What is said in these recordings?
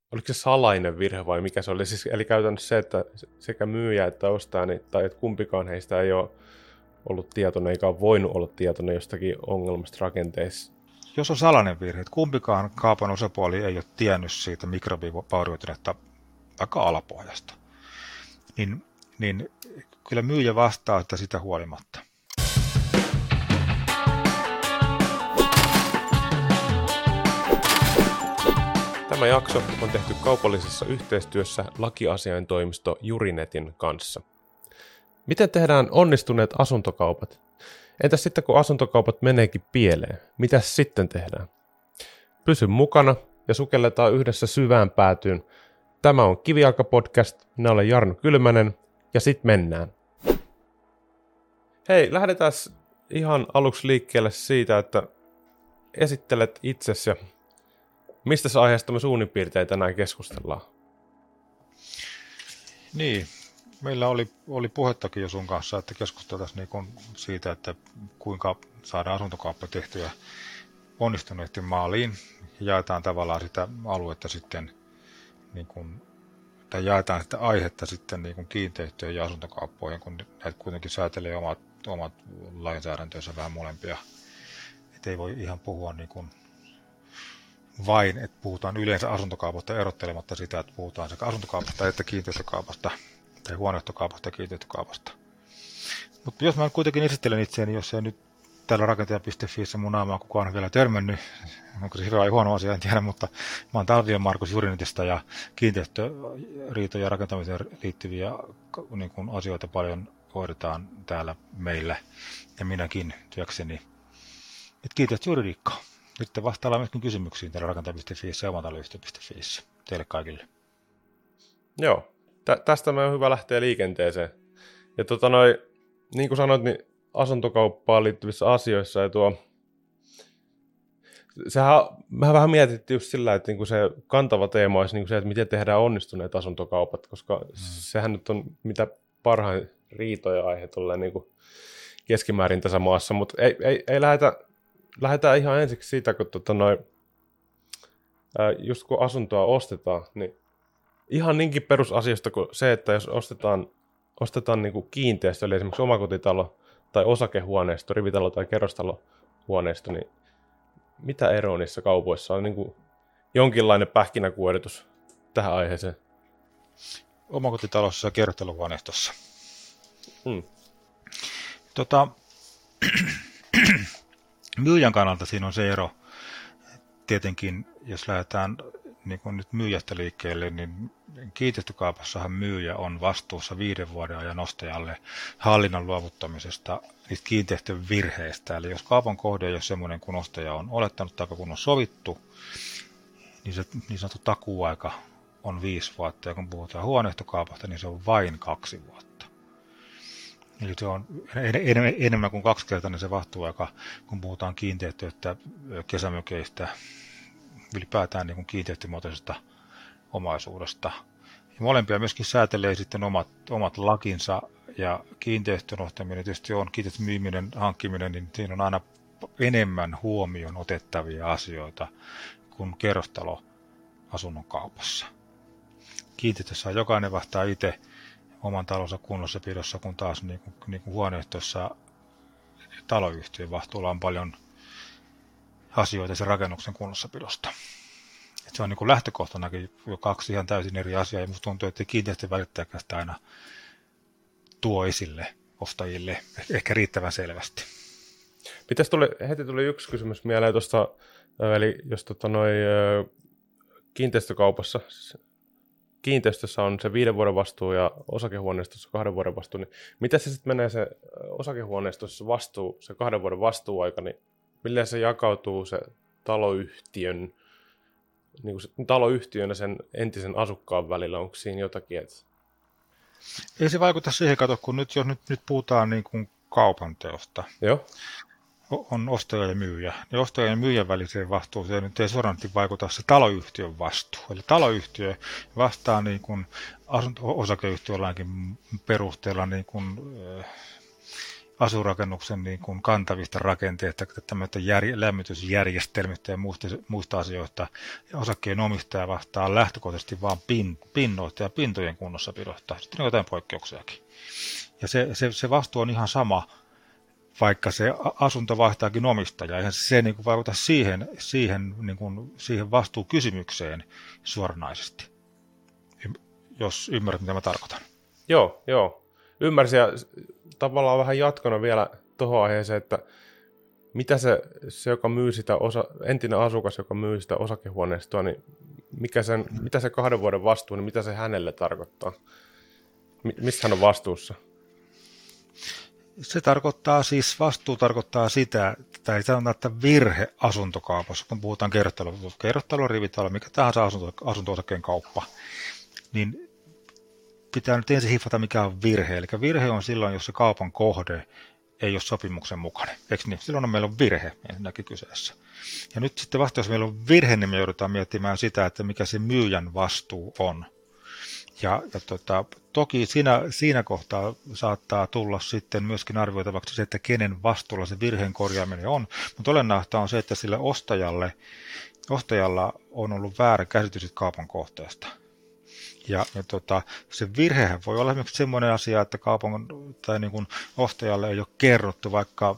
oliko se salainen virhe vai mikä se oli? Siis, eli käytännössä se, että sekä myyjä että ostaja, tai että kumpikaan heistä ei ole ollut tietoinen, eikä ole voinut olla tietoinen jostakin ongelmasta rakenteissa. Jos on salainen virhe, että kumpikaan kaupan osapuoli ei ole tiennyt siitä mikrobivaurioituneesta vaikka alapohjasta, niin kyllä myyjä vastaa sitä huolimatta. Tämä jakso on tehty kaupallisessa yhteistyössä lakiasiaintoimisto Jurinetin kanssa. Miten tehdään onnistuneet asuntokaupat? Entäs sitten kun asuntokaupat meneekin pieleen? Mitäs sitten tehdään? Pysy mukana ja sukelletaan yhdessä syvään päätyyn. Tämä on Kivijalka-podcast, minä olen Jarno Kylmänen ja sit mennään. Hei, lähdetään ihan aluksi liikkeelle siitä, että esittelet itsesi ja mistä aiheesta me suunnilleen tänään keskustellaan? Niin, meillä oli puhettakin jo sun kanssa, että keskusteltaisiin siitä, että kuinka saadaan asuntokauppa tehtyä onnistuneesti maaliin. Jaetaan tavallaan sitä aluetta sitten, tai jaetaan sitä aihetta sitten kiinteistöjen ja asuntokauppoihin, kun näitä kuitenkin säätelee omat lainsäädäntönsä vähän molempia. Että ei voi ihan puhua vain, että puhutaan yleensä asuntokaupasta erottelematta sitä, että puhutaan sekä asuntokaupasta että kiinteistökaupasta tai huoneistokaupasta ja kiinteistökaupasta. Mutta jos mä kuitenkin esittelen itseäni, jos ei nyt täällä rakentaja.fiissä mun naamaa kukaan on vielä törmännyt, onko se hyvä vai huono asia, en tiedä, mutta mä oon Talvion Markus Jurinetista ja kiinteistöriitoja ja rakentamiseen liittyviä asioita paljon hoidetaan täällä meillä ja minäkin työkseni. Että kiinteistöjuridiikkaa. Nyt vastaillaan myöskin kysymyksiin täällä rakentaja.fiissä ja omataloyhtiö.fiissä teille kaikille. Joo, tästä me on hyvä lähteä liikenteeseen. Ja niin kuin sanoit, niin asuntokauppaan liittyvissä asioissa ja mehän vähän mietittiin just sillä, että se kantava teema olisi se, että miten tehdään onnistuneet asuntokaupat, koska sehän nyt on mitä parhain riitoja aihe tolleen keskimäärin tässä maassa, mutta ei lähdetään ihan ensiksi siitä, kun just kun asuntoa ostetaan, niin ihan niinkin perusasioista kuin se, että jos ostetaan kiinteistö, eli esimerkiksi omakotitalo tai osakehuoneisto, rivitalo tai kerrostalohuoneisto, niin mitä eroa niissä kaupoissa on jonkinlainen pähkinäkuoritus tähän aiheeseen? Omakotitalossa ja kerrostalohuoneistossa. Myyjän kannalta siinä on se ero. Tietenkin, jos lähdetään nyt myyjästä liikkeelle, niin kiinteistökaupassahan myyjä on vastuussa 5 vuoden ajan ostajalle hallinnan luovuttamisesta niistä kiinteistön virheistä. Eli jos kaupan kohde ei ole semmoinen, kun ostaja on olettanut tai kun on sovittu, niin se niin sanottu takuuaika on 5 vuotta. Ja kun puhutaan huoneistokaupasta, niin se on vain 2 vuotta. Eli se on enemmän kuin 2-kertainen se vastuuaika, kun puhutaan kiinteistöistä, kesämökeistä, ylipäätään kiinteistömuotoisesta omaisuudesta. Ja molempia myöskin säätelee sitten omat lakinsa, ja kiinteistön ostaminen tietysti on kiinteistön myyminen, hankkiminen, niin siinä on aina enemmän huomioon otettavia asioita kuin kerrostaloasunnon kaupassa. Kiinteistössä jokainen vastaa itse oman talonsa kunnossapidossa, kun taas niin kuin huoneistossa taloyhtiön vastuulla on paljon asioita sen rakennuksen kunnossapidosta. Et se on lähtökohtanakin jo 2 ihan täysin eri asiaa, ja minusta tuntuu, että kiinteistön välittäjäkään sitä aina tuo esille ostajille ehkä riittävän selvästi. Heti tuli yksi kysymys mieleen tuosta, eli jos kiinteistökaupassa, kiinteistössä on se 5 vuoden vastuu ja osakehuoneistossa 2 vuoden vastuu, niin miten se sitten menee se osakehuoneistossa vastuu, se 2 vuoden vastuuaika, niin millä se jakautuu se taloyhtiön, taloyhtiön ja sen entisen asukkaan välillä, onko siinä jotakin? Ei se vaikuta siihen, kun jos nyt puhutaan kaupan teosta. Joo. On ostaja ja myyjä. Ja ostajan ja myyjän väliseen vastuuseen nyt ei suoranaisesti vaikuta se taloyhtiön vastuu. Eli taloyhtiö vastaa asunto-osakeyhtiölainkin perusteella asurakennuksen niin kuin kantavista rakenteista, tämmöistä lämmitysjärjestelmistä ja muista asioista. Ja osakkeen omistaja vastaa lähtökohtaisesti vain pinnoista ja pintojen kunnossapidosta. Sitten on jotain poikkeuksiakin. Ja se vastuu on ihan sama, vaikka se asunto vaihtaakin omistajaa. Eihän se niin kuin vaikuta siihen vastuukysymykseen suoranaisesti, jos ymmärrät, mitä mä tarkoitan. Joo. Ymmärsin, ja tavallaan vähän jatkona vielä tuohon aiheeseen, että mitä se joka myy sitä entinen asukas, joka myy sitä osakehuoneistoa, niin mitä se 2 vuoden vastuu, niin mitä se hänelle tarkoittaa? Mistä hän on vastuussa? Vastuu tarkoittaa sitä, tai sanotaan, että virhe asuntokaupassa, kun puhutaan kerrostalo, rivitalo, mikä tahansa asunto-osakkeen kauppa, niin pitää nyt ensin hiffata, mikä on virhe. Eli virhe on silloin, jos se kaupan kohde ei ole sopimuksen mukainen. Eikö niin? Silloin meillä on virhe ensinnäkin kyseessä. Ja nyt sitten vasta, jos meillä on virhe, niin me joudutaan miettimään sitä, että mikä se myyjän vastuu on. Ja toki siinä kohtaa saattaa tulla sitten myöskin arvioitavaksi se, että kenen vastuulla se virheen korjaaminen on. Mutta olennaista on se, että sillä ostajalla on ollut väärä käsitys kaupan kohteesta. Ja se virhehän voi olla esimerkiksi semmoinen asia, että niin kuin ostajalle ei ole kerrottu vaikka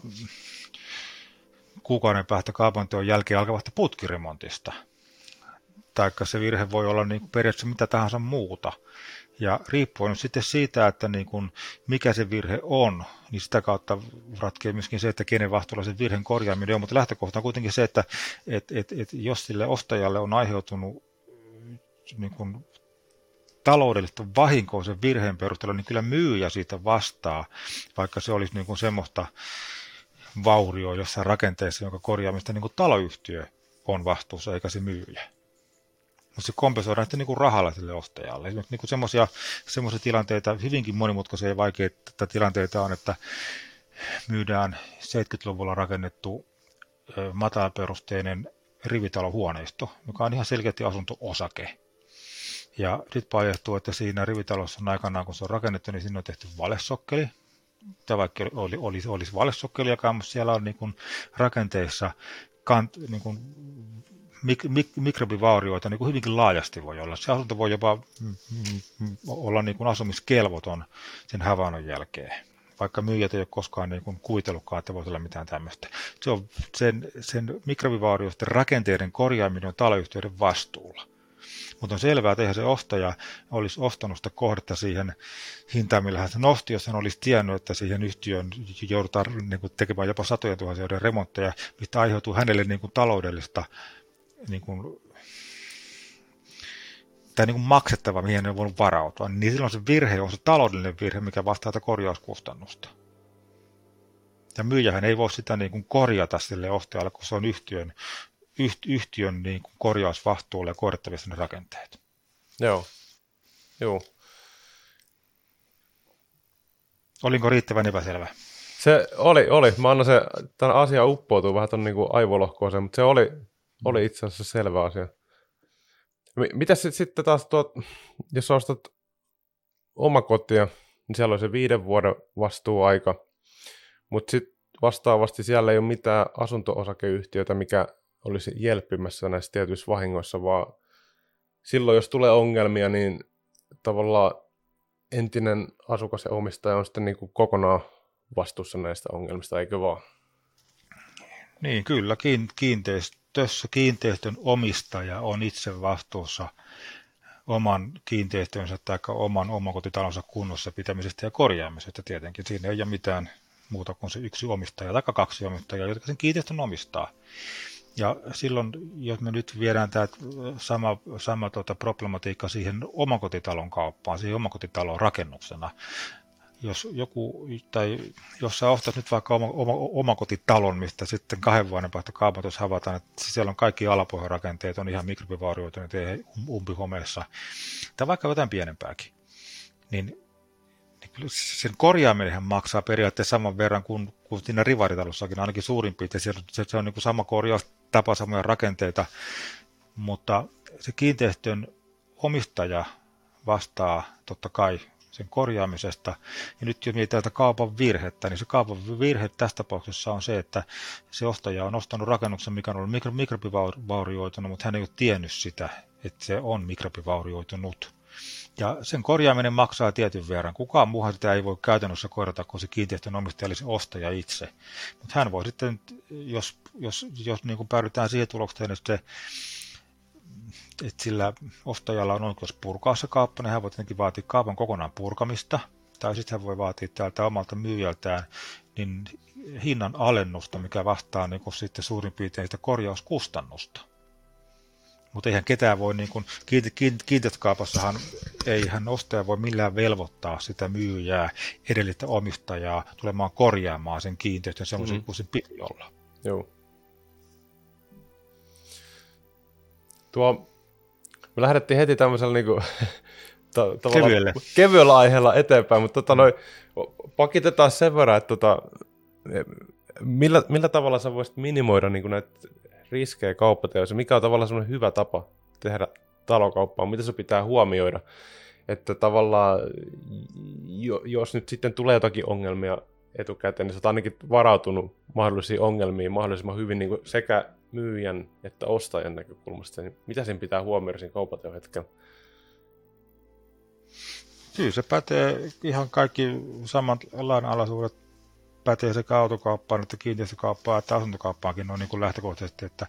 kuukauden päästä kaupanteon jälkeen alkavasta putkiremontista. Taikka se virhe voi olla niin kuin periaatteessa mitä tahansa muuta. Ja riippuen nyt sitten siitä, että niin kuin mikä se virhe on, niin sitä kautta ratkeaa myöskin se, että kenen vastuulla se virheen korjaaminen on. Mutta lähtökohta on kuitenkin se, että jos sille ostajalle on aiheutunut niin kuin taloudellista vahinkoa sen virheen perusteella, niin kyllä myyjä siitä vastaa, vaikka se olisi niin kuin semmoista vaurioa jossain rakenteessa, jonka korjaamista niin kuin taloyhtiö on vastuussa, eikä se myyjä. Mutta se kompensoidaan sitten niin kuin rahalla sille ostajalle. Esimerkiksi niin semmoisia tilanteita, hyvinkin monimutkaisia ja vaikeita tilanteita on, että myydään 70-luvulla rakennettu matalaperusteinen rivitalohuoneisto, joka on ihan selkeästi asunto-osake. Ja sitten paljastuu, että siinä rivitalossa on aikanaan, kun se on rakennettu, niin siinä on tehty valesokkeli. Tai vaikka olisi valesokkeliakaan, mutta siellä on niin kuin rakenteissa niin kuin mikrobivaurioita niin kuin hyvinkin laajasti voi olla. Se asunto voi jopa olla niin kuin asumiskelvoton sen havainnon jälkeen. Vaikka myyjät ei ole koskaan niin kuin kuvitellutkaan, että voisi olla mitään tämmöistä. Se on sen mikrobivaurioiden rakenteiden korjaaminen on taloyhtiöiden vastuulla. Mutta on selvää, että eihän se ostaja olisi ostanut sitä kohdetta siihen hintaan, millä hän se nosti, jos hän olisi tiennyt, että siihen yhtiöön joudutaan niin kuin tekemään jopa satojen tuhansien remontteja, mistä aiheutuu hänelle niin kuin taloudellista niin kuin maksettava, mihin hän ei voinut varautua. Niin silloin se virhe on se taloudellinen virhe, mikä vastaa korjauskustannusta. Ja myyjähän ei voi sitä niin kuin korjata sille ostajalle, kun se on yhtiön niin kuin korjausvastuulle ja korjattavissa ne rakenteet. Joo. Olinko riittävän epäselvä? Se oli. Mä annan tämän asian uppoutuu vähän tuonne niin aivolohkoiseen, mutta se oli itse asiassa selvä asia. Mitäs sitten taas jos ostat omakotia, niin siellä on se 5 vuoden vastuuaika, mutta sitten vastaavasti siellä ei ole mitään asunto-osakeyhtiötä, mikä olisi jelppimässä näissä tietyissä vahingoissa, vaan silloin, jos tulee ongelmia, niin tavallaan entinen asukas ja omistaja on sitten niin kuin kokonaan vastuussa näistä ongelmista, eikö vaan? Niin, kyllä. Kiinteistön omistaja on itse vastuussa oman kiinteistönsä tai oman omakotitalonsa kunnossa pitämisestä ja korjaamisesta tietenkin. Siinä ei ole mitään muuta kuin se yksi omistaja tai 2 omistajaa, jotka sen kiinteistön omistaa. Ja silloin, jos me nyt viedään tämä sama problematiikka siihen omakotitalon kauppaan, siihen omakotitalon rakennuksena, jos sä ostat nyt vaikka omakotitalon, mistä sitten 2 vuoden päästä kaupatus havaitaan, että siellä on kaikki alapohjarakenteet, on ihan mikrobivaurioituneet umpihomeessa, tai vaikka jotain pienempääkin, niin sen korjaaminen maksaa periaatteessa saman verran kuin siinä rivaritalossakin, ainakin suurin piirtein. Se on niin kuin sama korjaustapa, samoja rakenteita, mutta se kiinteistön omistaja vastaa totta kai sen korjaamisesta. Ja nyt jos mietitään tätä kaupan virhettä, niin se kaupan virhe tässä tapauksessa on se, että se ostaja on ostanut rakennuksen, mikä on ollut mikrobivaurioitunut, mutta hän ei ole tiennyt sitä, että se on mikrobivaurioitunut. Ja sen korjaaminen maksaa tietyn verran. Kukaan muuhan sitä ei voi käytännössä korjata kuin se kiinteistön omistaja, eli se ostaja itse. Mutta hän voi sitten, jos niin kuin päädytään siihen tulokseen, että sillä ostajalla on oikeus purkaa se kauppa, niin hän voi tietenkin vaatia kaupan kokonaan purkamista, tai sitten hän voi vaatia täältä omalta myyjältään niin hinnan alennusta, mikä vastaa niin kuin sitten suurin piirtein sitä korjauskustannusta. Mutta eihän ketään voi, niin kuin kiinteistökaupassahan eihän ostaja voi millään velvoittaa sitä myyjää edellistä omistajaa tulemaan korjaamaan sen kiinteistön sellaisen kuin sen piti olla. Joo. Me lähdettiin heti tämmöisellä niinku, kevyellä aiheella eteenpäin, mutta pakitetaan sen verran, että millä tavalla sä voisit minimoida niinku näitä riskejä kauppateoissa, mikä on tavallaan semmoinen hyvä tapa tehdä talokauppaa, mitä se pitää huomioida, että tavallaan jos nyt sitten tulee jotakin ongelmia etukäteen, niin sä oot ainakin varautunut mahdollisiin ongelmiin mahdollisimman hyvin niin sekä myyjän että ostajan näkökulmasta, niin mitä siinä pitää huomioida siinä kaupateon hetkellä? Kyllä se pätee ihan kaikki samat lainalaisuudet pätee sekä autokauppaan että kiinteistökauppaan että asuntokauppaankin on niin kuin lähtökohtaisesti, että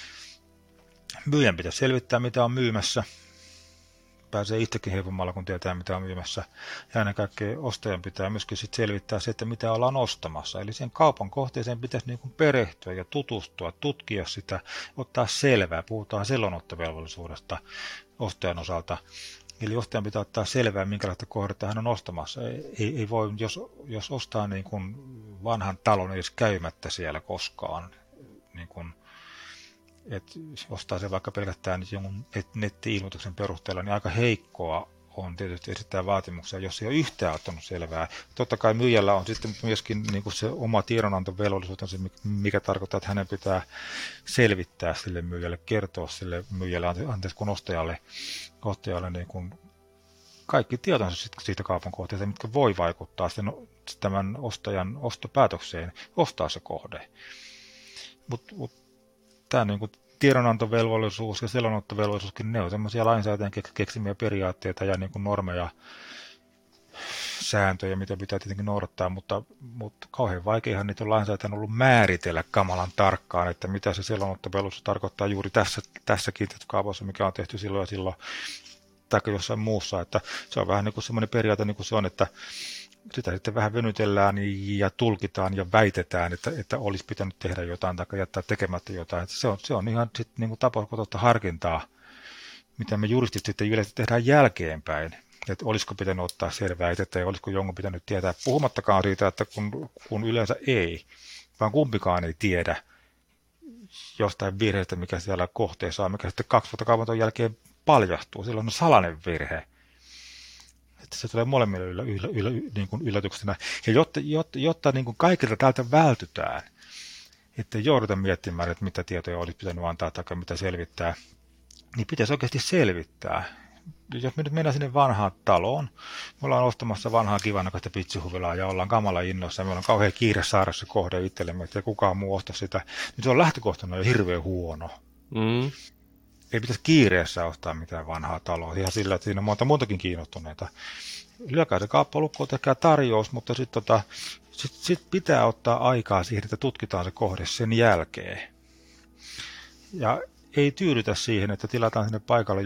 myyjän pitäisi selvittää mitä on myymässä. Pääsee itsekin helpommalla, kun tietää, mitä on myymässä. Ja ennen kaikkea ostajan pitää myöskin sit selvittää se, että mitä ollaan ostamassa. Eli sen kaupan kohteeseen pitäisi niin kuin perehtyä ja tutustua, tutkia sitä, ottaa selvää. Puhutaan selonottovelvollisuudesta ostajan osalta. Eli ostajan pitää ottaa selvää, minkälaista kohdetta hän on ostamassa. Ei voi, jos ostaa niin kuin vanhan talon edes käymättä siellä koskaan, niin kuin että ostaa se vaikka pelkästään jonkun netti-ilmoituksen perusteella, niin aika heikkoa on tietysti esittää vaatimuksia, jos ei ole yhtään ottanut selvää. Totta kai myyjällä on sitten myöskin niin kuin se oma tiedonantovelvollisuutensa, mikä tarkoittaa, että hänen pitää selvittää sille myyjälle, kertoa sille myyjälle, anteeksi kun ostajalle niin kuin kaikki tietonsa siitä kaupan kohteesta, mitkä voi vaikuttaa tämän ostajan ostopäätökseen, ostaa se kohde. Mutta tämä niin kuin tiedonantovelvollisuus ja selonottovelvollisuuskin, ne on sellaisia lainsäätäjän keksimiä periaatteita ja niin kuin normeja, sääntöjä, mitä pitää tietenkin noudattaa, mutta kauhean vaikeahan niitä on lainsäätäjän ollut määritellä kamalan tarkkaan, että mitä se selonottovelvollisuus tarkoittaa juuri tässä kiinteistökaupassa, mikä on tehty silloin ja silloin, tai jossain muussa, että se on vähän niin kuin semmoinen periaate, niin kuin se on, että sitä sitten vähän venytellään ja tulkitaan ja väitetään, että olisi pitänyt tehdä jotain tai jättää tekemättä jotain. Että se on ihan sitten niin kuin tapauskohtaista harkintaa, mitä me juristit sitten yleensä tehdään jälkeenpäin. Että olisiko pitänyt ottaa selvää itse ja olisiko jonkun pitänyt tietää. Puhumattakaan siitä, että kun yleensä ei, vaan kumpikaan ei tiedä jostain virheestä, mikä siellä kohteessa on, mikä sitten 2 vuotta kaupanton jälkeen paljastuu. Silloin on salainen virhe. Että se tulee molemmille niin kuin yllätyksenä. Ja jotta niin kuin kaikilta täältä vältytään, että jouduta miettimään, että mitä tietoja olisi pitänyt antaa tai mitä selvittää, niin pitäisi oikeasti selvittää. Jos me nyt mennään sinne vanhaan taloon, me ollaan ostamassa vanhaa kivannakaista pitsihuvilaa ja ollaan kamala innoissa ja meillä on kauhean kiire saada se kohde itsellemme, että kukaan muu osta sitä, niin se on lähtökohtana jo hirveän huono. Ei pitäisi kiireessä ostaa mitään vanhaa taloa, ihan sillä, että siinä on monta muutakin kiinnostuneita. Lyökää se kauppalukko, tehkää tarjous, mutta sit pitää ottaa aikaa siihen, että tutkitaan se kohde sen jälkeen. Ja ei tyydytä siihen, että tilataan sinne paikalle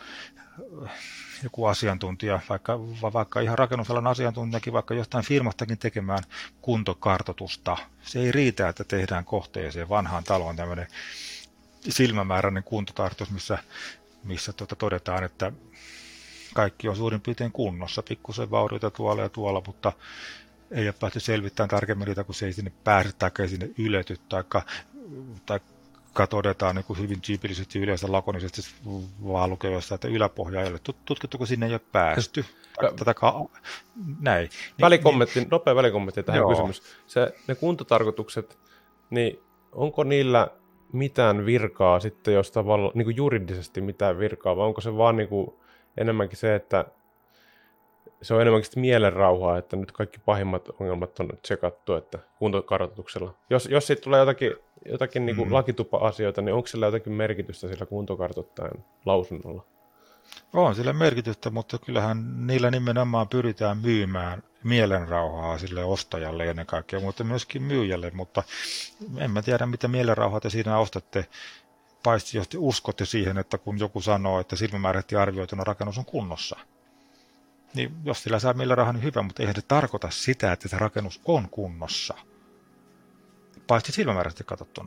joku asiantuntija, vaikka ihan rakennusalan asiantuntijakin, vaikka jostain firmastakin tekemään kuntokartoitusta. Se ei riitä, että tehdään kohteeseen vanhaan taloon tämmöinen silmämääräinen kuntotarkoitus, missä todetaan, että kaikki on suurin piirtein kunnossa, pikkusen vaurioita tuolla ja tuolla, mutta ei ole päästy selvittämään tarkemmin niitä, kun se ei sinne pääse tai ei sinne ylety, tai todetaan niin kuin hyvin tyypillisesti yleensä lakonisesti vaan lukevassa, että yläpohja ei ole tutkittu, kun sinne ei ole päästy. Näin. Nopea välikommentti tähän kysymys. Ne kuntotarkoitukset, niin onko niillä mitään virkaa sitten, jos tavallaan niin kuin juridisesti mitään virkaa, vai onko se vaan niin kuin enemmänkin se, että se on enemmänkin sitten mielenrauhaa, että nyt kaikki pahimmat ongelmat on tsekattu, että kuntokartoituksella. Jos siitä tulee jotakin niin kuin lakitupa-asioita, niin onko sillä jotakin merkitystä sillä kuntokartoittajan lausunnolla? On sillä merkitystä, mutta kyllähän niillä nimenomaan pyritään myymään mielenrauhaa sille ostajalle ennen kaikkea, mutta myöskin myyjälle, mutta en mä tiedä, mitä mielenrauhaa te siinä ostatte, paitsi jos te uskotte siihen, että kun joku sanoo, että silmämääräisesti arvioituna rakennus on kunnossa. Niin jos sillä saa mielenrauhaa, niin hyvä, mutta eihän se tarkoita sitä, että se rakennus on kunnossa. Paitsi silmämääräisesti katsottuna.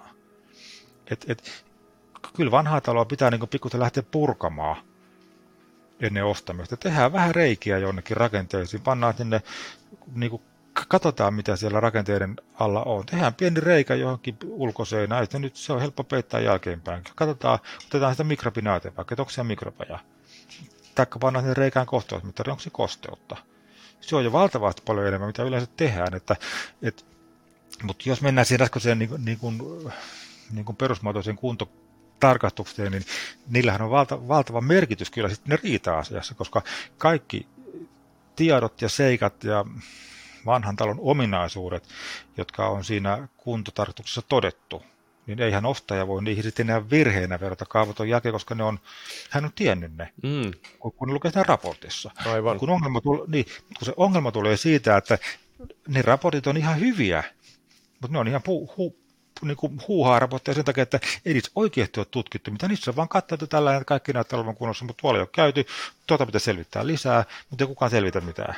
Kyllä vanhaa taloa pitää niin pikkuisen lähteä purkamaan ennen ostamista. Tehdään vähän reikiä jonnekin rakenteisiin, pannaan sinne, niin kuin, katsotaan mitä siellä rakenteiden alla on. Tehdään pieni reikä johonkin ulkoseinään, että nyt se on helppo peittää jälkeenpäin. Katsotaan, otetaan sitä mikrobinaatia, vaikka onko siellä mikrobeja. Taikka pannaan sinne reikään kosteusmittari, onko se kosteutta. Se on jo valtavasti paljon enemmän, mitä yleensä tehdään. Mutta jos mennään siihen äskeiseen niin kuin perusmuotoiseen kuntotarkastukseen, niin niillähän on valtava merkitys kyllä sitten riita-asiassa, koska kaikki tiedot ja seikat ja vanhan talon ominaisuudet, jotka on siinä kuntotarkastuksessa todettu, niin eihän ostaja voi niihin sitten enää virheinä verrata kaavoiton jälkeen, koska hän on tiennyt ne, kun ne lukee siinä raportissa. Aivan. Kun se ongelma tulee siitä, että ne raportit on ihan hyviä, mutta ne on ihan huuhaa raportteja sen takia, että ei niissä oikeasti ole tutkittu, mitä niissä on vaan katsottu tällä, että kaikki näyttää olevan kunnossa, mutta tuolla ei ole käyty, pitää selvittää lisää, mutta ei kukaan selvitä mitään.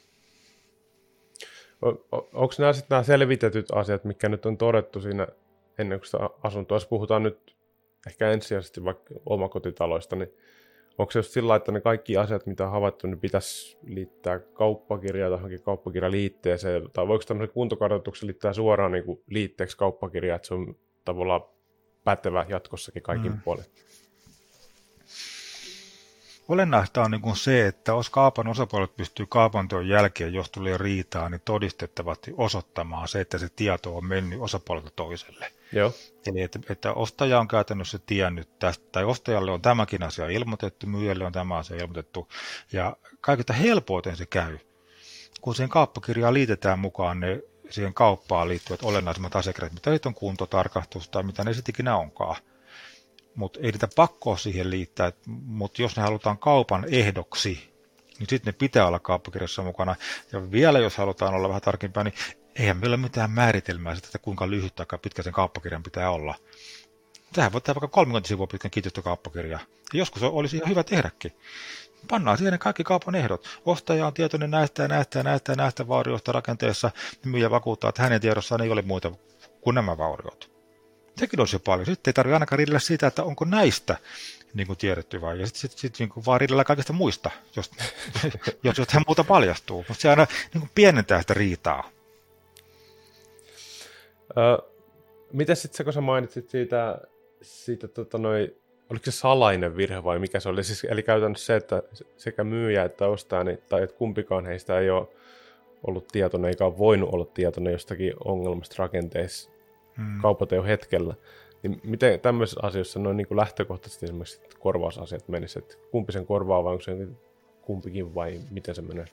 Onko nämä selvitetyt asiat, mitkä nyt on todettu siinä ennen kuin sitä asuntoa, jos puhutaan nyt ehkä ensisijaisesti vaikka omakotitaloista, niin onko se just sillä, että ne kaikki asiat, mitä on havaittu, niin pitäisi liittää kauppakirjaan tai johonkin kauppakirjaliitteeseen, tai voiko tämmöisen kuntokartoituksen liittää suoraan niin kuin liitteeksi kauppakirjaan, että se on tavallaan pätevä jatkossakin kaikin puolin? Olennaista on niin kuin se, että jos kaupan osapuolet pystyy kaupanteon jälkeen, jos tulee riitaa, niin todistettavasti osoittamaan se, että se tieto on mennyt osapuolelta toiselle. Joo. Eli että ostaja on käytännössä tiennyt tästä, tai ostajalle on tämäkin asia ilmoitettu, myyjälle on tämä asia ilmoitettu, ja kaikista helpoiten se käy. Kun siihen kauppakirjaan liitetään mukaan ne siihen kauppaan liittyvät olennaisimmat asiakirjat, mitä niitä on kuntotarkastus tai mitä ne sitten ikinä onkaan. Mutta ei niitä pakkoa siihen liittää, mutta jos ne halutaan kaupan ehdoksi, niin sitten ne pitää olla kauppakirjassa mukana. Ja vielä jos halutaan olla vähän tarkempaa, niin eihän meillä ole mitään määritelmää sitä, että kuinka lyhyt tai pitkä sen kauppakirjan pitää olla. Tähän voi tehdä vaikka 30 sivua pitkän kiinteistökauppakirja. Ja joskus olisi ihan hyvä tehdäkin. Pannaan siihen kaikki kaupan ehdot. Ostaja on tietoinen näistä vaurioista rakenteessa, niin myyjä vakuuttaa, että hänen tiedossaan ei ole muita kuin nämä vauriot. Sekin olisi jo paljon. Sitten ei tarvitse ainakaan riidellä siitä, että onko näistä niin kuin tiedetty vai. Ja sitten niin kuin vaan riidellä kaikista muista, jos jotain muuta paljastuu. Mutta se aina niin kuin pienentää sitä riitaa. Miten sitten se, kun sä mainitsit siitä oliko se salainen virhe vai mikä se oli? Siis, eli käytännössä se, että sekä myyjä että ostaja, tai että kumpikaan heistä ei ole ollut tietoinen, eikä ole voinut olla tietoinen jostakin ongelmasta rakenteissa kaupateon hetkellä. Niin miten tämmöisissä asioissa noin niin kuin lähtökohtaisesti esimerkiksi korvausasiat menisivät? Että kumpi sen korvaa vai onko se kumpikin vai miten se menee?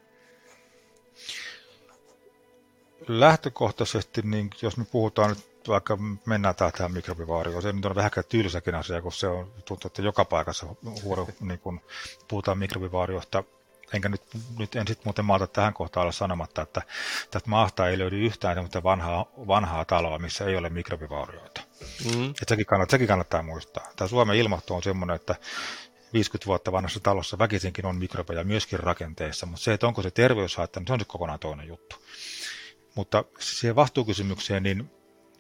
Lähtökohtaisesti, niin jos me puhutaan nyt, vaikka mennään tähän mikrobivaarioon, se nyt on vähän tylsäkin asia, kun se on tuntuu, että joka paikassa niin kun puhutaan mikrobivaariosta. Enkä nyt en sitten muuten malta tähän kohtaan olla sanomatta, että tästä maasta ei löydy yhtään sellaista vanhaa taloa, missä ei ole mikrobivaurioita. Sekin kannattaa muistaa. Tämä Suomen ilmasto on semmoinen, että 50 vuotta vanhassa talossa väkisinkin on mikrobeja myöskin rakenteissa, mutta se, että onko se terveyshaitta, niin se on sitten kokonaan toinen juttu. Mutta siihen vastuukysymykseen, niin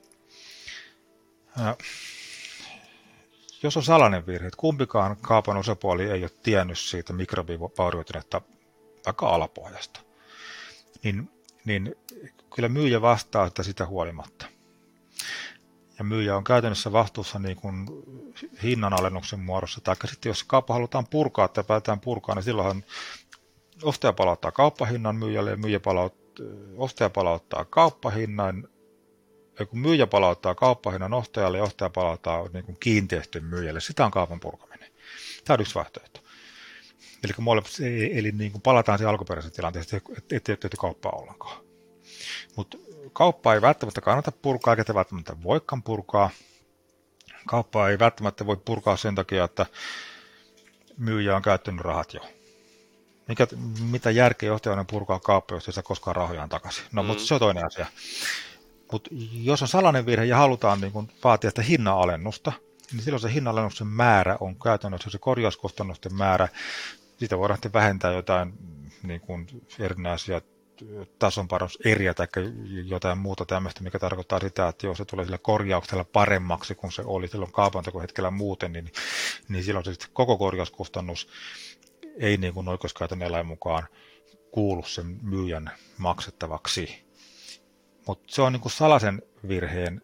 jos on salainen virhe, että kumpikaan kaupan osapuoli ei ole tiennyt siitä mikrobivaurioituneesta vaikka alapohjasta, niin kyllä myyjä vastaa sitä huolimatta. Ja myyjä on käytännössä vastuussa niin kuin hinnanalennuksen muodossa, tai sitten jos kauppa halutaan purkaa tai päätetään purkaa, niin silloinhan ostaja palauttaa kauppahinnan myyjälle ja ostaja palauttaa kauppahinnan, kun myyjä palauttaa kauppahinnan ostajalle ja ostaja palauttaa niin kuin kiinteistön myyjälle. Sitä on kaupan purkaminen. Tämä on yksi vaihtoehto. Eli molemmat, eli niin kuin palataan siihen alkuperäiseen tilanteeseen, ettei ole tehty kauppaa ollenkaan. Mutta kauppaa ei välttämättä kannata purkaa, eikä välttämättä voikaan purkaa. Kauppaa ei välttämättä voi purkaa sen takia, että myyjä on käyttänyt rahat jo. Mitä järkeä johtajan purkaa kauppa, jos ei saa koskaan rahojaan takaisin? No, mutta se on toinen asia. Mutta jos on salainen virhe ja halutaan niin kun vaatia sitä hinnanalennusta, niin silloin se hinnanalennuksen määrä on käytännössä se korjauskustannusten määrä. Siitä voidaan sitten vähentää jotain niin kuin erinäisiä tasonparannuseriä tai jotain muuta tämmöistä, mikä tarkoittaa sitä, että jos se tulee sillä korjauksella paremmaksi kuin se oli silloin kaupantekohetkellä muuten, niin silloin se koko korjauskustannus ei niin kuin oikeuskäytännön lain mukaan kuulu sen myyjän maksettavaksi. Mutta se on niin kuin salaisen virheen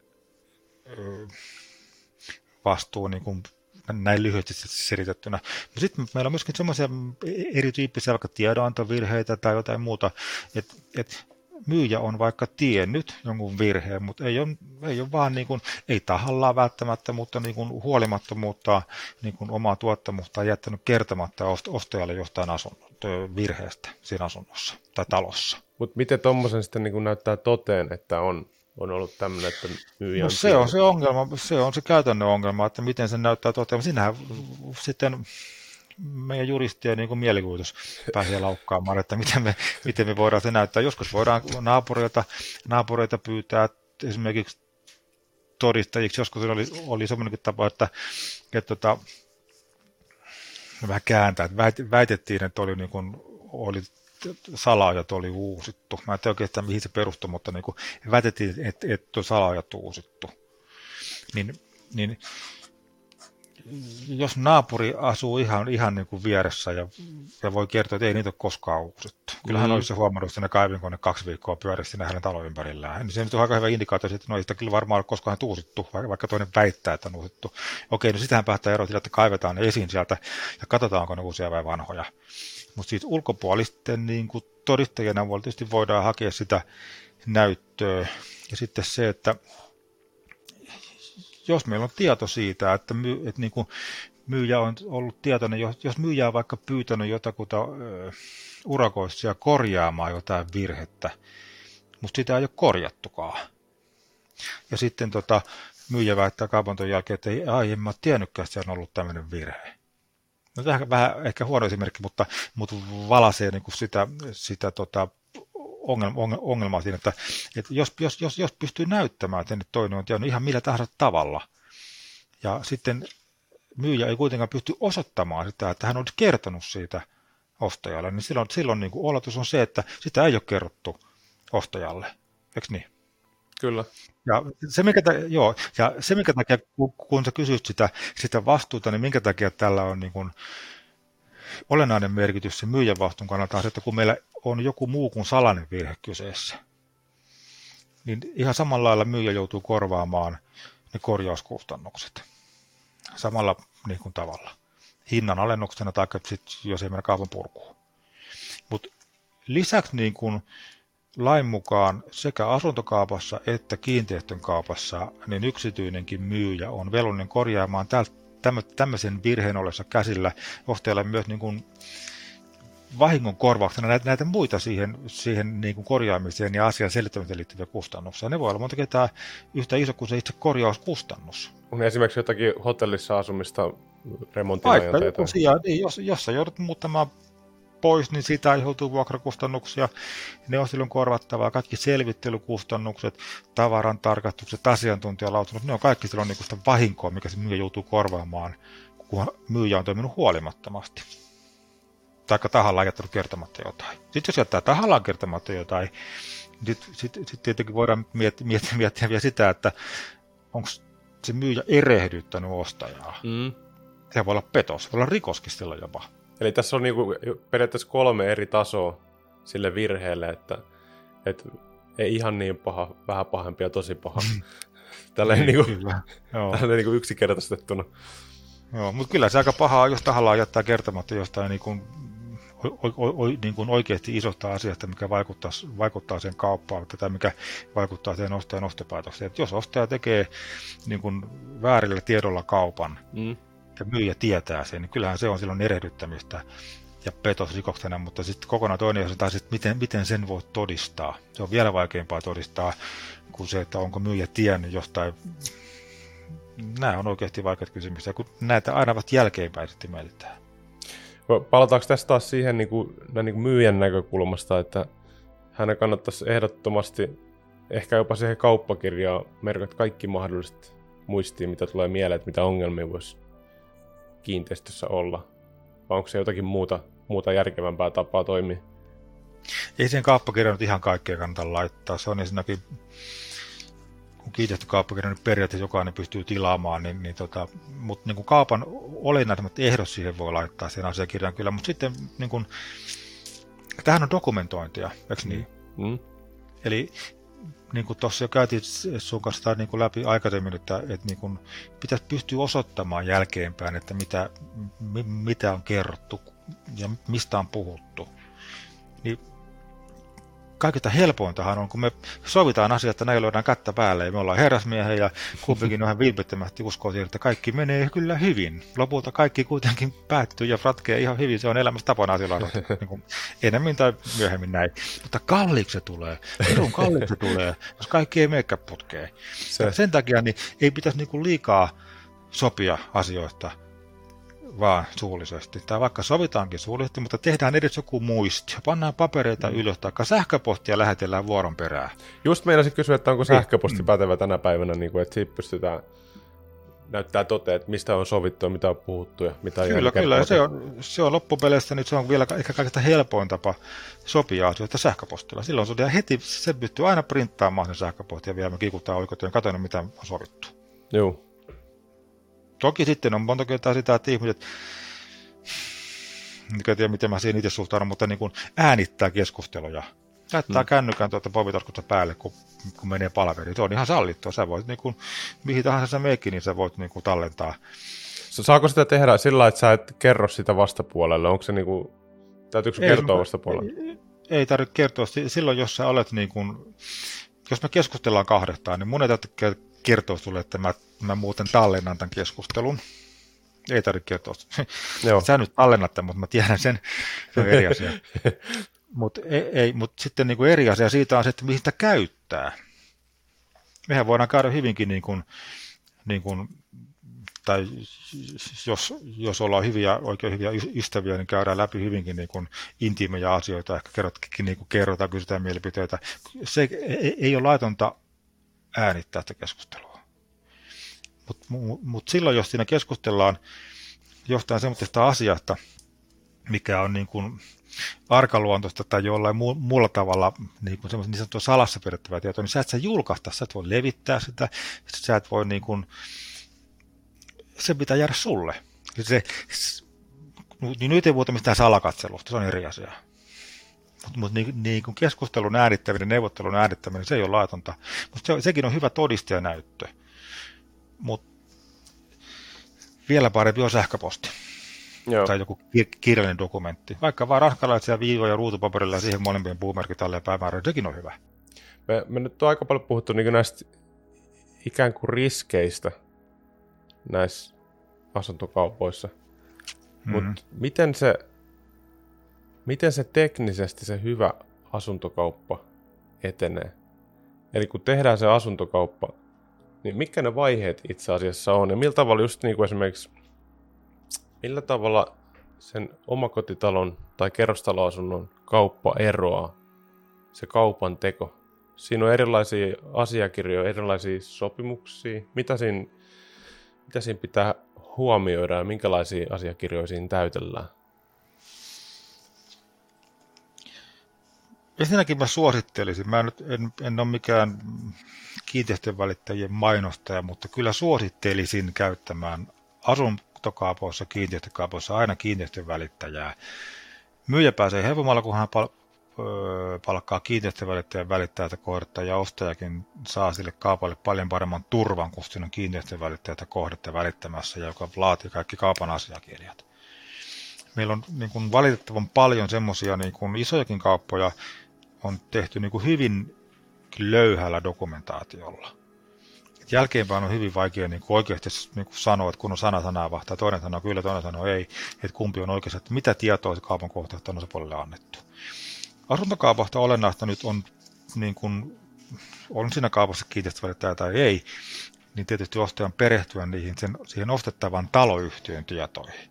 vastuu niin kuin näin lyhyesti selitettynä. Sitten meillä on myöskin semmoisia erityyppisiä vaikka tiedonantovirheitä tai jotain muuta, että myyjä on vaikka tiennyt jonkun virheen, mutta ei ole vaan niin kuin, ei tahallaan välttämättä, mutta niin kuin huolimattomuutta niin kuin omaa tuottamusta jättänyt kertomatta ostajalle jostain virheestä siinä asunnossa tai talossa. Mutta miten tuommoisen sitten niin kuin näyttää toteen, että on ollut tämmöinen, että myyjä on... No se on se ongelma, se on se käytännön ongelma, että miten se näyttää toteen. Siinähän sitten meidän juristien niin kuin mielikuvitus pääsee laukkaamaan, että miten me voidaan se näyttää. Joskus voidaan naapureita pyytää esimerkiksi todistajiksi. Joskus oli semmoinenkin tapa, että vähän kääntää, että väitettiin, että oli salaajat oli uusittu. Mä en tiedä oikeastaan mihin se perustui, mutta niin kuin väitettiin, että salaajat on uusittu. Niin jos naapuri asuu ihan niin kuin vieressä ja voi kertoa, että ei niitä ole koskaan uusittu. Kyllähän olisi huomannut, että ne kaivinkone 2 viikkoa pyörisi siinä hänen talon ympärillään. Niin se on aika hyvä indikaatio, että no ei sitä kyllä varmaan ole koskaan uusittu, vaikka toinen väittää, että on uusittu. Okei, no sitähän päästään eroon sillä, että kaivetaan ne esiin sieltä ja katsotaan, onko ne uusia vai vanhoja. Mutta siitä ulkopuolisten niin kuin todistajana tietysti voidaan hakea sitä näyttöä. Ja sitten se, että jos meillä on tieto siitä, että niin kuin myyjä on ollut tietoinen, jos myyjä on vaikka pyytänyt jotakuta urakoitsijaa korjaamaan jotain virhettä, mutta sitä ei ole korjattukaan. Ja sitten myyjä väittää kaupanton jälkeen, että en mä ole tiennytkään, että se on ollut tämmöinen virhe. No, vähän ehkä huono esimerkki, mutta valaisee niin kuin sitä ongelmaa siinä, että jos pystyy näyttämään, että toinen on tiennyt ihan millä tahansa tavalla, ja sitten myyjä ei kuitenkaan pysty osoittamaan sitä, että hän olisi kertonut siitä ostajalle, niin silloin niin kuin oletus on se, että sitä ei ole kerrottu ostajalle, eikö niin? Kyllä. Ja se, minkä takia, kun sä kysyt sitä vastuuta, niin minkä takia tällä on niin kuin olennainen merkitys sen myyjän vastuun kannalta on se, että kun meillä on joku muu kuin salainen virhe kyseessä, niin ihan samalla lailla myyjä joutuu korvaamaan ne korjauskustannukset samalla niin kuin tavalla. Hinnan alennuksena tai jos ei mennä kaupan purkuun. Mutta lisäksi niin kuin lain mukaan sekä asuntokaupassa että kiinteistön kaupassa niin yksityinenkin myyjä on velvollinen korjaamaan tämmöisen virheen ollessa käsillä ostajalle myös niin kuin vahingon korvauksena näitä muita siihen niin kuin korjaamiseen ja asian selittämiseen liittyviä kustannuksia. Ne voi olla monta kertaa yhtä iso kuin se itse korjauskustannus. On esimerkiksi jotakin hotellissa asumista remontilla jotain. Tosiaan, jos sä joudut muuttamaan pois, niin siitä aiheutuu vuokrakustannuksia. Ne on silloin korvattavaa. Kaikki selvittelykustannukset, tavaran tarkastukset, asiantuntijalausunnot, ne on kaikki silloin niin kuin sitä vahinkoa, mikä se myyjä joutuu korvaamaan, kun myyjä on toiminut huolimattomasti. Taikka tahallaan jättänyt kertomatta jotain. Sitten jos jättää tahallaan kertomatta jotain, niin sitten tietenkin voidaan miettiä vielä sitä, että onko se myyjä erehdyttänyt ostajaa. Se voi olla petos, se voi olla rikoskin silloin jopa. Eli tässä on niinku periaatteessa 3 eri tasoa sille virheelle, että ei ihan niin paha, vähän pahempi ja tosi paha. Tälleen niinku yksinkertaistettuna. Joo, mutta kyllä se aika pahaa, jos tahallaan jättää kertomatta jostain niin kuin oikeasti isosta asiasta, mikä vaikuttaa sen kauppaan tai mikä vaikuttaa sen ostajan ostopäätökseen. Jos ostaja tekee niin kuin väärillä tiedolla kaupan ja myyjä tietää sen, niin kyllähän se on silloin erehdyttämistä ja petosrikoksena, mutta sitten kokonaan toinen asia taas, että miten sen voi todistaa. Se on vielä vaikeampaa todistaa kuin se, että onko myyjä tiennyt jostain. Nämä on oikeasti vaikeat kysymyksiä, kun näitä aina vasta jälkeenpäin sitten mietitään. Palataanko tässä taas siihen niin kuin myyjän näkökulmasta, että hänen kannattaisi ehdottomasti ehkä jopa siihen kauppakirjaan merkata kaikki mahdolliset muistiin, mitä tulee mieleen, että mitä ongelmia voisi kiinteistössä olla? Vai onko se jotakin muuta järkevämpää tapaa toimia? Ei siihen kauppakirjaan nyt ihan kaikkea kannata laittaa. Se on ensinnäkin, kun kiinteistökauppakirja nyt periaatteessa jokainen pystyy tilaamaan, mutta niin kuin kaupan olennaisemmat ehdot siihen voi laittaa siihen asiakirjaan kyllä, mutta sitten niin kuin, tämähän on dokumentointia, eikö niin? Eli niin kuin tuossa jo käytiin sun kanssa niin kuin läpi aikaisemmin, että niin kuin pitäisi pystyä osoittamaan jälkeenpäin, että mitä on kerrottu ja mistä on puhuttu. Niin kaikista helpointahan on, kun me sovitaan asiat, että näin löydään kättä päälle ja me ollaan herrasmiehiä ja kumpikin ihan vilpittömästi uskoo siihen, että kaikki menee kyllä hyvin. Lopulta kaikki kuitenkin päättyy ja ratkee ihan hyvin. Se on elämässä tapana asioilla niin enemmän tai myöhemmin näin. Mutta kalliiksi se tulee. Minun kalliiksi se tulee, jos kaikki ei meekään putkeen. Sen takia niin ei pitäisi niin kuin liikaa sopia asioista vaan suullisesti. Tai vaikka sovitaankin suullisesti, mutta tehdään edes joku muisti. Pannaan papereita ylös, tai sähköpostia lähetellään vuoron perään. Just meinasin kysyä, että onko sähköposti pätevä tänä päivänä, niin kuin, että siitä pystytään näyttää toteen, että mistä on sovittu ja mitä on puhuttu ja mitä on Kyllä, se on loppupeleissä, niin se on vielä ehkä kaikista helpoin tapa sopia asioita sähköpostilla. Silloin se pystyy aina printtaamaan sen sähköpostia ja vielä me kiikutaan oikeuteen, katsotaan mitä on sovittu. Joo. Toki sitten on monta kertaa sitä, että ihmiset, en tiedä miten mä siihen itse suhtaudun, mutta niin kuin äänittää keskusteluja. Laittaa kännykän povitaskusta päälle, kun menee palaveriin. Se on ihan sallittua. Sä voit, niin kuin, mihin tahansa sä meekin, niin sä voit niin kuin tallentaa. Saako sitä tehdä sillä lailla, että sä et kerro sitä vastapuolelle? Onko se niin kuin, täytyykö kertoa vastapuolelle? Ei tarvitse kertoa. Silloin, jos sä olet niin kuin, jos me keskustellaan kahdestaan, niin mun ei tarvitse kertoa sulle, että mä muuten tallennan tämän keskustelun. Ei tarvitse kertoa. Sä nyt tallennat tämän, mutta mä tiedän sen. Se on eri asia. Mutta sitten niin kuin eri asia siitä on se, että mihin sitä käyttää. Mehän voidaan käydä hyvinkin, tai jos ollaan oikein hyviä ystäviä, niin käydään läpi hyvinkin niin kuin intiimejä asioita, ehkä kerrotaan, kysytään mielipiteitä. Se ei ole laitonta äänittää sitä keskustelua. Mutta silloin, jos siinä keskustellaan jostain semmoisesta asiasta, mikä on niin kuin arkaluontoista tai jollain muulla tavalla niin sanottua salassa pidettävää tietoa, niin sä et julkaista, sä et voi levittää sitä, sä et voi niin kuin, se pitää jäädä sulle. Niin nyt ei puhuta mistään salakatselusta, se on eri asia. Mutta niin kuin keskustelun äänittäminen, neuvottelun äänittäminen, se ei ole laitonta. Mutta sekin on hyvä todistajanäyttö. Mutta vielä parempi on sähköposti. Joo. Tai joku kirjallinen dokumentti. Vaikka vaan ranskalaisia viivoja ruutupaperilla ja siihen molempien puumerkit alle ja päämäärä, sekin on hyvä. Me nyt on aika paljon puhuttu niin näistä ikään kuin riskeistä näissä asuntokaupoissa. Mutta miten se teknisesti se hyvä asuntokauppa etenee? Eli kun tehdään se asuntokauppa, niin mitkä ne vaiheet itse asiassa on? Ja millä tavalla just niin kuin esimerkiksi millä tavalla sen omakotitalon tai kerrostaloasunnon kauppa eroaa, se kaupan teko? Siinä on erilaisia asiakirjoja, erilaisia sopimuksia. Mitä siinä pitää huomioida ja minkälaisia asiakirjoja siinä täytellään? Ensinnäkin mä suosittelisin, mä nyt en ole mikään kiinteistönvälittäjien mainostaja, mutta kyllä suosittelisin käyttämään asuntokaupoissa, kiinteistökaupoissa aina kiinteistönvälittäjää. Myyjä pääsee helpommalla, kun hän palkkaa kiinteistönvälittäjän välittäjältä kohdetta ja ostajakin saa sille kaupalle paljon paremman turvan, kun siinä on kiinteistönvälittäjältä kohdetta välittämässä, joka laatii kaikki kaupan asiakirjat. Meillä on niin kuin valitettavan paljon semmoisia niin kuin isojakin kauppoja on tehty niin kuin hyvin löyhällä dokumentaatiolla. Jälkeenpäin on hyvin vaikea niin kuin oikeasti niin kuin sanoa, että kun on sanaa vahtaa, toinen sanoo kyllä, toinen sanoo ei, että kumpi on oikeassa, että mitä tietoa kaupan kohtaista on osapuolelle annettu. Asuntokaupasta olennaista nyt on, niin kuin, on siinä kaupassa kiinteistövälittäjä tai ei, niin tietysti ostajan perehtyä siihen ostettavan taloyhtiön tietoihin.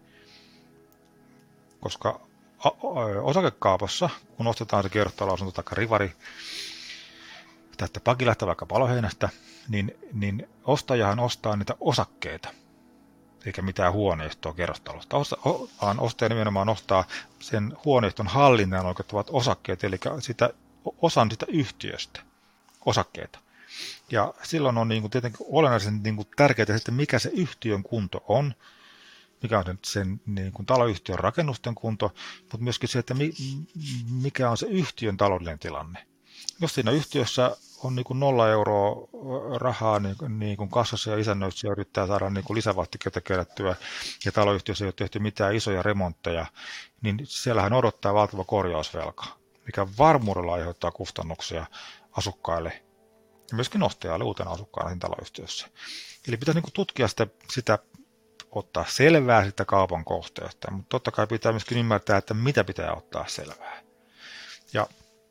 Koska osakekaupassa, kun ostetaan se kerrostaloasunto tai rivari, tästä Pakilasta vaikka Paloheinästä, niin ostajahan ostaa niitä osakkeita, eikä mitään huoneistoa kerrostalosta. Vaan ostaja nimenomaan ostaa sen huoneiston hallinnan oikeuttavat osakkeet, eli osan sitä yhtiöstä osakkeita. Ja silloin on niin kuin tietenkin olennaisen niin kuin tärkeää, että mikä se yhtiön kunto on, mikä on sen niin kuin taloyhtiön rakennusten kunto, mutta myöskin se, että mikä on se yhtiön taloudellinen tilanne. Jos siinä yhtiössä on niin kuin 0 euroa rahaa niin kuin kassassa ja isännöitsijä yrittää saada niin kuin lisävastikkeita kerättyä ja taloyhtiössä ei ole tehty mitään isoja remontteja, niin siellähän odottaa valtava korjausvelka, mikä varmuudella aiheuttaa kustannuksia asukkaille ja myöskin ostajalle uutena asukkaana siinä taloyhtiössä. Eli pitäisi niin kuin tutkia sitä ottaa selvää sitä kaupan kohteesta, mutta totta kai pitää myöskin ymmärtää, että mitä pitää ottaa selvää. Ja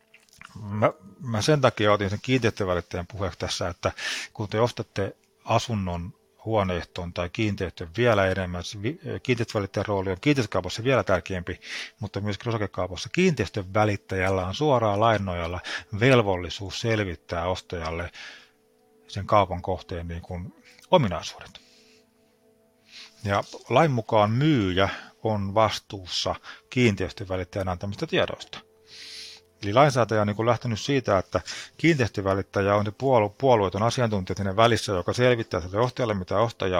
mä sen takia otin sen kiinteistövälittäjän puheeksi tässä, että kun te ostatte asunnon, huoneiston tai kiinteistön vielä enemmän, kiinteistövälittäjän rooli on kiinteistökaupassa vielä tärkeämpi, mutta myöskin osakekaupassa kiinteistön välittäjällä on suoraan lainojalla velvollisuus selvittää ostajalle sen kaupan kohteen niin kuin ominaisuudet. Ja lain mukaan myyjä on vastuussa kiinteistövälittäjän antamista tiedoista. Eli lainsäätäjä on niin lähtenyt siitä, että kiinteistövälittäjä on se puolueeton asiantuntija siinä välissä, joka selvittää sille ostajalle, mitä ostaja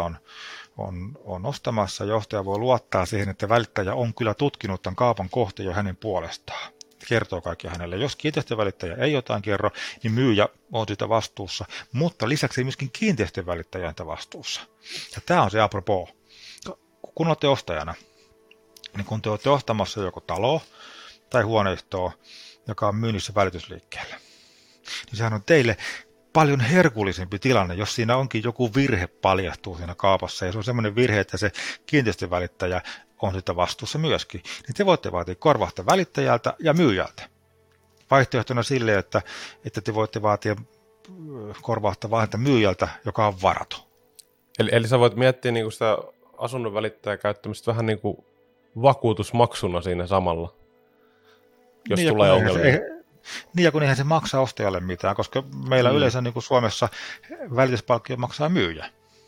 on ostamassa. Ja ostaja voi luottaa siihen, että välittäjä on kyllä tutkinut tämän kaupan kohteen jo hänen puolestaan. Kertoo kaikki hänelle. Jos kiinteistövälittäjä ei jotain kerro, niin myyjä on siitä vastuussa, mutta lisäksi myöskin kiinteistövälittäjä on vastuussa. Ja tämä on se apropos. Kun olette ostajana, niin kun te olette ostamassa joko taloa tai huoneistoa, joka on myynnissä välitysliikkeellä, niin sehän on teille paljon herkullisempi tilanne, jos siinä onkin joku virhe paljastuu siinä kaupassa, ja se on semmoinen virhe, että se kiinteistövälittäjä on sitä vastuussa myöskin, niin te voitte vaatia korvausta välittäjältä ja myyjältä. Vaihtoehtona sille, että te voitte vaatia korvausta vain myyjältä, joka on varaton. Eli sä voit miettiä niin kuin sitä asunnon välittäjän käyttämistä vähän niin kuin vakuutusmaksuna siinä samalla, jos niin tulee ongelmia. Niin ja kun eihän se maksaa ostajalle mitään, koska meillä yleensä niin kuin Suomessa välityspalkkio maksaa myyjä.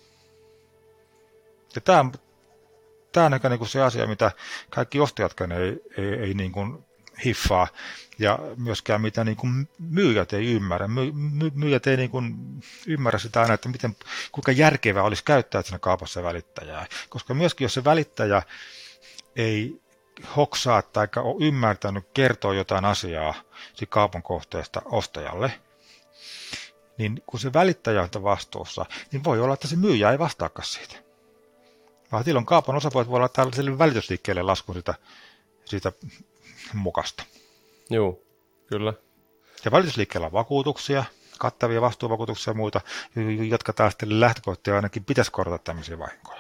Ja tämä on niin kuin se asia, mitä kaikki ostajatkaan ei niin kuin hiffaa, ja myöskään mitä niin kuin myyjät ei ymmärrä. Myyjät ei niin kuin ymmärrä sitä aina, että kuinka järkevää olisi käyttää siinä kaupassa välittäjää. Koska myöskin jos se välittäjä ei hoksaa tai ole ymmärtänyt kertoa jotain asiaa siitä kaupan kohteesta ostajalle, niin kun se välittäjä on vastuussa, niin voi olla, että se myyjä ei vastaakaan siitä. Vaan silloin kaupan osapuolet voi olla tällaiselle välitysliikkeelle laskun siitä mukasta. Joo, kyllä. Ja välitysliikkeellä on vakuutuksia, kattavia vastuuvakuutuksia ja muita, jotka taas lähtökohtia ainakin pitäisi korjata tämmöisiä vahinkoja.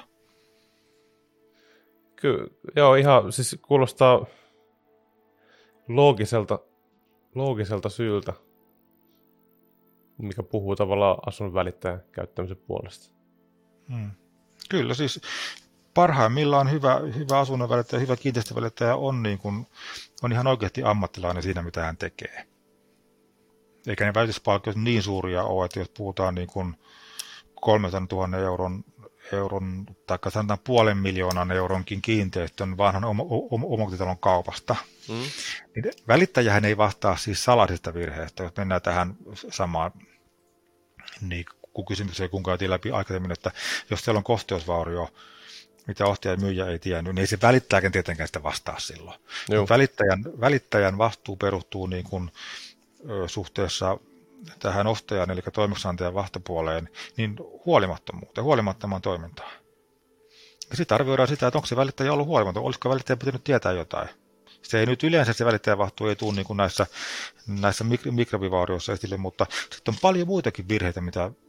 Kyllä, joo, ihan siis kuulostaa loogiselta syyltä, mikä puhuu tavallaan asunnon välittäjän käyttämisen puolesta. Kyllä, siis parhaimmillaan hyvä asunnon välittäjä, hyvä kiinteistövälittäjä on ihan oikeasti ammattilainen siinä, mitä hän tekee. Eikä ne välityspalkkiot niin suuria ole, että jos puhutaan niin kuin 300 000 euron tai sanotaan 500 000 euronkin kiinteistön vanhan omakotitalon kaupasta. Niin välittäjähän ei vastaa siis salaisesta virheestä, jos mennään tähän samaan, niin kun kysymykseen kun käytiin läpi aikaisemmin, että jos siellä on kosteusvaurio, mitä ostaja ja myyjä ei tiennyt, niin ei se välittäjäkään tietenkään sitä vastaa silloin. Välittäjän vastuu perustuu niin kuin, suhteessa tähän ostajan, eli toimeksiantajan vastapuoleen, niin huolimattomaan toimintaan. Ja sitten arvioidaan sitä, että onko se välittäjä ollut huolimaton, olisiko välittäjä pitänyt tietää jotain. Se ei nyt yleensä se välittäjän vastuu ei tule niin kuin näissä mikrobivaurioissa esille, mutta sitten on paljon muitakin virheitä, mitä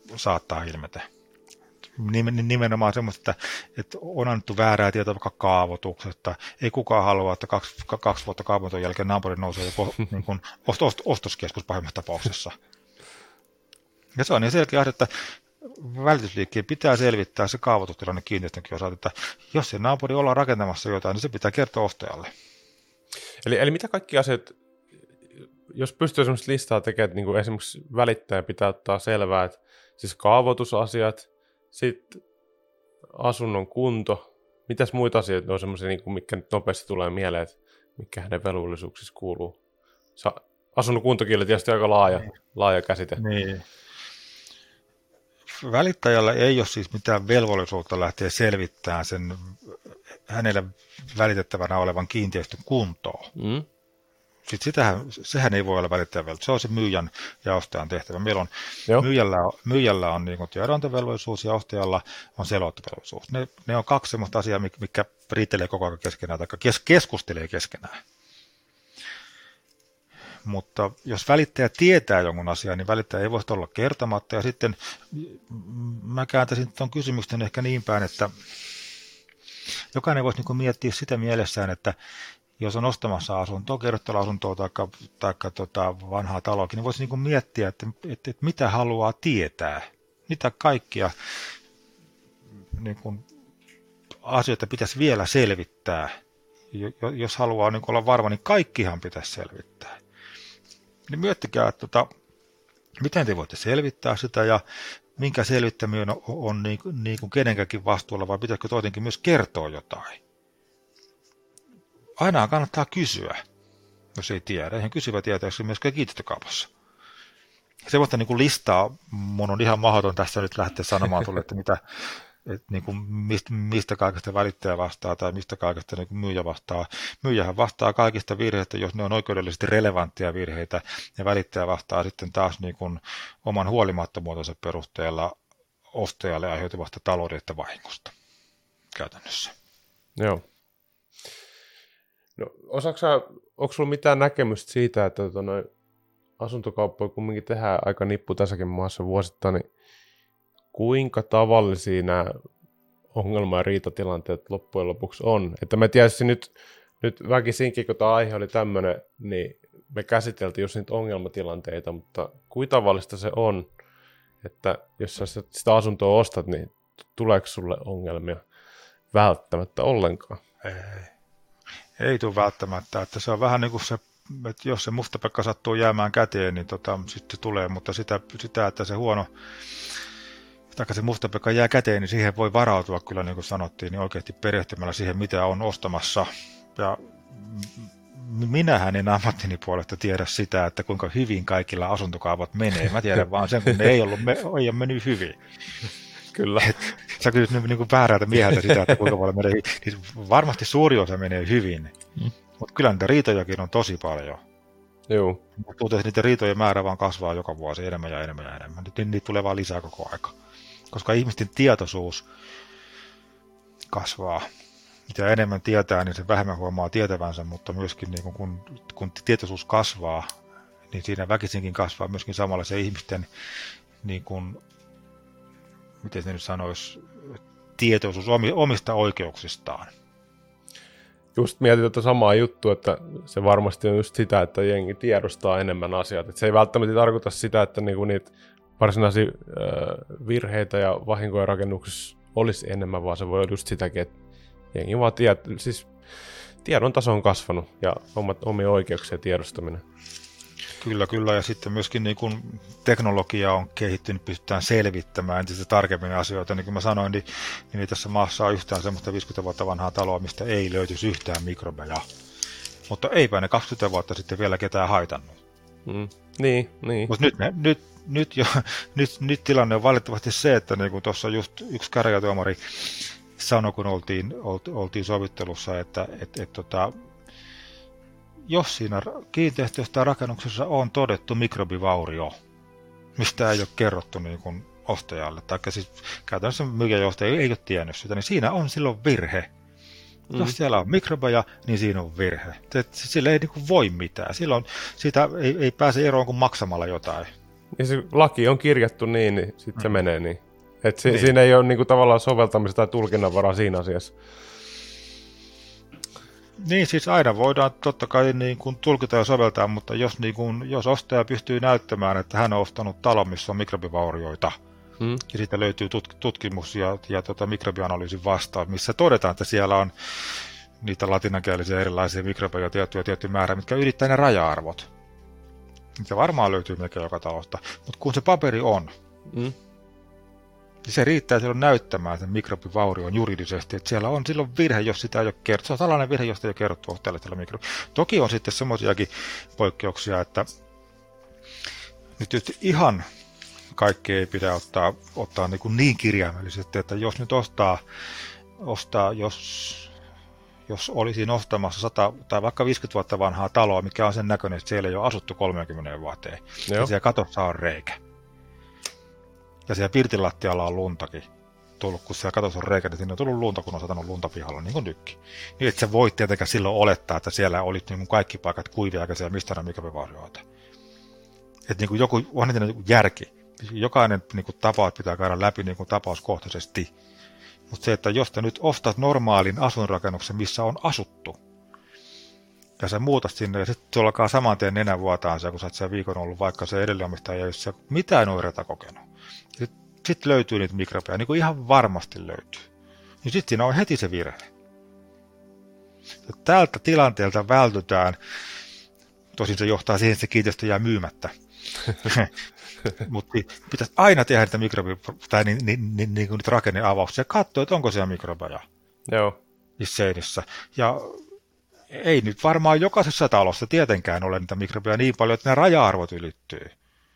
saattaa ilmetä. Nimenomaan semmoista, että on annettu väärää tietoa vaikka kaavoituksesta. Ei kukaan halua, että 2 vuotta kaavoiton jälkeen naapuri nousee joku niin kuin ostoskeskus pahimmassa tapauksessa. Ja se on niin selkeä asia, että välitysliikkeen pitää selvittää se kaavoitustilanne kiinteistönkin osalta, että jos se naapuri ollaan rakentamassa jotain, niin se pitää kertoa ostajalle. Eli mitä kaikki asiat, jos pystyy semmoista listaa tekemään, niin kuin esimerkiksi välittäjän pitää ottaa selvää, että siis kaavoitusasiat, sitten asunnon kunto, mitäs muita asioita on semmoisia, niin mitkä nyt nopeasti tulee mieleen, että mitkä hänen velvollisuuksissa kuuluu. Asunnon kuntokin on tietysti aika laaja käsite. Niin. Välittäjällä ei ole siis mitään velvollisuutta lähteä selvittämään sen hänelle välitettävänä olevan kiinteistön kuntoa. Sitten sehän ei voi olla välittäjän velvollisuus. Se on se myyjän ja ostajan tehtävä. Meillä on myyjällä on niin tiedonantovelvollisuus ja ostajalla on selottovelvollisuus. Ne on 2 sellaista asiaa, mikä riitelee koko ajan keskenään tai keskustelee keskenään. Mutta jos välittäjä tietää jonkun asian, niin välittäjä ei voisi olla kertomatta. Ja sitten mä kääntäisin tuon kysymyksen ehkä niin päin, että jokainen voisi niin miettiä sitä mielessään, että jos on ostamassa asuntoa, kerrostaloasuntoa tai vanhaa taloakin, niin voisi niin miettiä, että mitä haluaa tietää. Mitä kaikkia niin kuin, asioita pitäisi vielä selvittää. Jos haluaa niin olla varma, niin kaikkihan pitäisi selvittää. Niin miettikää, että miten te voitte selvittää sitä ja minkä selvittäminen on niin kuin kenenkäkin vastuulla, vai pitäisikö toitenkin myös kertoa jotain. Aina kannattaa kysyä, jos ei tiedä. Eihän kysyvä tietääkseni myöskään kiinteistökaupassa. Se voisi niin kuin listaa, mun on ihan mahdoton tässä nyt lähteä sanomaan tulle, että niin kuin mistä kaikesta välittäjä vastaa tai mistä kaikesta niin kuin myyjä vastaa. Myyjähän vastaa kaikista virheistä, jos ne on oikeudellisesti relevanttia virheitä, ja välittäjä vastaa sitten taas niin kuin oman huolimattomuutensa perusteella ostajalle aiheutuvasta taloudellisesta vahingosta käytännössä. Joo. No, onko sulla mitään näkemystä siitä, että asuntokauppoja kumminkin tehdään aika nippu tässäkin maassa vuosittain, niin kuinka tavallisia nämä ongelma- ja riitatilanteet loppujen lopuksi on? Että mä tiesin nyt väkisinkin, kun tämä aihe oli tämmöinen, niin me käsiteltiin just niitä ongelmatilanteita, mutta kuinka tavallista se on, että jos sä sitä asuntoa ostat, niin tuleeko sulle ongelmia välttämättä ollenkaan? Ei tule välttämättä, että se on vähän niin kuin se, että jos se mustapekka sattuu jäämään käteen, niin sitten se tulee, mutta sitä, että se huono, tai se mustapekka jää käteen, niin siihen voi varautua kyllä, niin kuin sanottiin, niin oikeasti perehtymällä siihen, mitä on ostamassa. Ja minähän en ammattini puolesta tiedä sitä, että kuinka hyvin kaikilla asuntokaupat menee. Mä tiedän vaan sen, kun ne ei ole mennyt hyvin. Kyllä. Sä kysyt niin väärältä mieheltä sitä, että kuinka paljon menee hyvin. Niin varmasti suuri osa menee hyvin, mutta kyllä niitä riitojakin on tosi paljon. Joo. Mutta niiden riitojen määrä vaan kasvaa joka vuosi enemmän ja enemmän ja enemmän. Niitä tulee vaan lisää koko aika. Koska ihmisten tietoisuus kasvaa. Mitä enemmän tietää, niin se vähemmän huomaa tietävänsä, mutta myöskin niin kun tietoisuus kasvaa, niin siinä väkisinkin kasvaa myöskin samalla se ihmisten, niin kuin, miten se nyt sanoisi, tietoisuus omista oikeuksistaan. Just mietin tuota samaa juttua, että se varmasti on just sitä, että jengi tiedostaa enemmän asioita. Että se ei välttämättä tarkoita sitä, että niinku niitä varsinaisia virheitä ja vahinkoja rakennuksissa olisi enemmän, vaan se voi olla just sitäkin, että jengi vaan siis tiedon taso on kasvanut ja omia oikeuksia tiedostaminen. Kyllä, ja sitten myöskin niin kun teknologia on kehittynyt, pystytään selvittämään entistä tarkemmin asioita. Niin kuin mä sanoin, niin ei tässä maassa ole yhtään semmoista 50 vuotta vanhaa taloa, mistä ei löytyisi yhtään mikrobeja. Mutta eipä ne 20 vuotta sitten vielä ketään haitannut. Niin. Mutta nyt tilanne on valitettavasti se, että niin kuin tuossa just yksi käräjätuomari sanoi, kun oltiin sovittelussa, että jos siinä kiinteistössä tai rakennuksessa on todettu mikrobivaurio, mistä ei ole kerrottu niin kuin ostajalle, tai siis käytännössä myyjä ja ostaja ei ole tiennyt sitä, niin siinä on silloin virhe. Jos siellä on mikrobeja, niin siinä on virhe. Sillä ei niin kuin voi mitään. Silloin siitä ei pääse eroon kuin maksamalla jotain. Ja se laki on kirjattu niin sitten se menee niin. Että siinä ei ole niinku tavallaan soveltamista tai tulkinnanvaraa siinä asiassa. Niin, siis aina voidaan totta kai niin kuin tulkita ja soveltaa, mutta jos ostaja pystyy näyttämään, että hän on ostanut talon, missä on mikrobivaurioita, ja siitä löytyy tutkimus ja mikrobianalyysin vastaus, missä todetaan, että siellä on niitä latinankielisiä erilaisia mikrobeja tietty määrä, mitkä ylittää ne raja-arvot. Niitä varmaan löytyy melkein joka talosta, mutta kun se paperi on, niin se riittää silloin näyttämään sen mikrobivaurion juridisesti, että siellä on silloin virhe, jos sitä ei ole kerrottu. Se on tällainen virhe, josta ei ole kerrottu tällä mikrobi. Toki on sitten semmoisiakin poikkeuksia, että nyt tietysti ihan kaikki ei pidä ottaa niin kirjaimellisesti, että jos nyt jos olisin ostamassa 100 tai vaikka 50 vuotta vanhaa taloa, mikä on sen näköinen, että siellä ei ole asuttu 30 vuoteen, ja siellä katossa on reikä. Ja siellä pirtinlattialla on luntakin tullut, kun siellä katossa on reikä, niin sinne on tullut lunta, kun on satanut lunta pihalla, niin kuin nytkin. Niin et sä voit tietenkään silloin olettaa, että siellä oli niin kaikki paikat kuivia, eikä siellä mistään mikrobivaurioita. Että niin joku on niin järki. Jokainen niin tapaus pitää käydä läpi niin tapauskohtaisesti. Mutta se, että jos sä nyt ostat normaalin asuinrakennuksen, missä on asuttu, ja sä muutat sinne, ja sitten se alkaa saman tien nenän vuotaan se, kun sä oot siellä viikon ollut, vaikka se edelleen ei ole mitään oireita kokenut. Sitten löytyy niitä mikrobeja, niin kuin ihan varmasti löytyy. Niin sitten siinä on heti se virhe. Ja tältä tilanteelta vältytään, tosin se johtaa siihen, että se kiinteistö jää myymättä. Mutta pitäisi aina tehdä niitä niitä rakenneavauksia ja katsoa, että onko siellä mikrobeja niissä seinissä. Ja ei nyt varmaan jokaisessa talossa tietenkään ole niitä mikrobeja niin paljon, että ne raja-arvot ylittyy.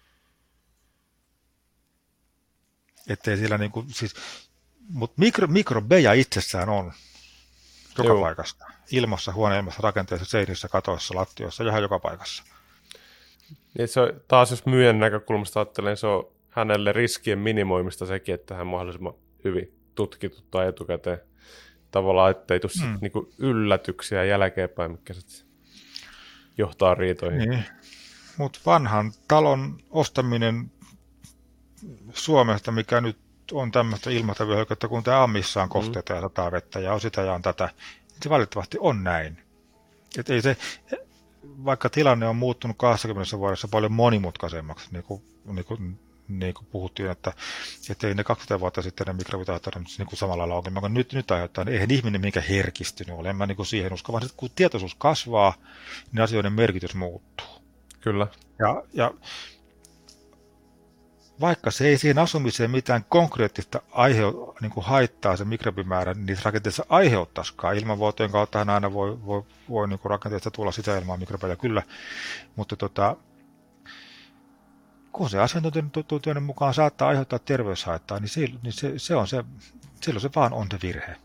Ettei siellä mutta mikrobeja itsessään on joka paikassa. Ilmassa, huoneilmassa, rakenteissa, seinissä, katoissa, lattioissa, ihan joka paikassa. Niin se on, taas jos myyjän näkökulmasta ajattelen, se on hänelle riskien minimoimista sekin, että hän mahdollisimman hyvin tutkituttaa etukäteen. Tavallaan, ettei tule niinku yllätyksiä jälkeenpäin, mitkä sitten johtaa riitoihin. Niin. Mutta vanhan talon ostaminen Suomesta, mikä nyt on tämmöistä ilmastovyöhykettä, kun tämä ammissa on kosteita ja sataa vettä ja on sitä ja on tätä, se valitettavasti on näin. Et ei se, vaikka tilanne on muuttunut 20 vuodessa paljon monimutkaisemmaksi, niin kuin puhuttiin, että ei ne 20 vuotta sitten ne mikrobit aiheuttanut niin samalla lailla ongelmaa, kun nyt aiheuttaa, niin eihän ihminen minkä herkistynyt ole. En mä niin siihen usko, vaan kun tietoisuus kasvaa, niin asioiden merkitys muuttuu. Kyllä. Ja vaikka se ei siihen asumiseen mitään konkreettista haittaa se mikrobimäärä, niin niissä rakenteissa aiheuttaisikaan. Ilmanvuotojen kauttahan aina voi niin rakenteesta tulla sisäilmaa mikrobeja kyllä, mutta kun se asiantuntijoiden mukaan saattaa aiheuttaa terveyshaittaa, niin silloin se vaan on se virhe.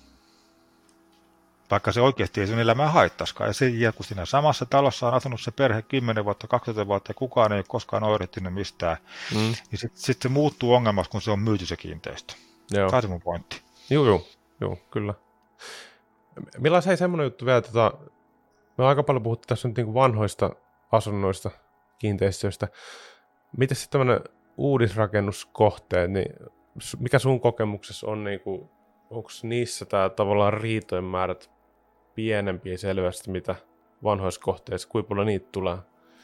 Vaikka se oikeasti ei sun elämää haittaisikaan. Ja sen jälkeen, kun siinä samassa talossa on asunut se perhe 10 vuotta, 20 vuotta ja kukaan ei ole koskaan oireuttanut mistään, niin sitten se muuttuu ongelmaksi, kun se on myyty se kiinteistö. Tämä on se mun pointti. Joo, kyllä. Millaisen semmoinen juttu vielä, me on aika paljon puhuttu tässä nyt niin kuin vanhoista asunnoista, kiinteistöistä. Miten sitten tämmöinen uudisrakennuskohteet, niin mikä sun kokemuksessa on, niin kuin, onko niissä tämä tavallaan riitojen määrät pienempiä selvästi, mitä vanhoissa kohteissa, kuinka paljon niitä tulee?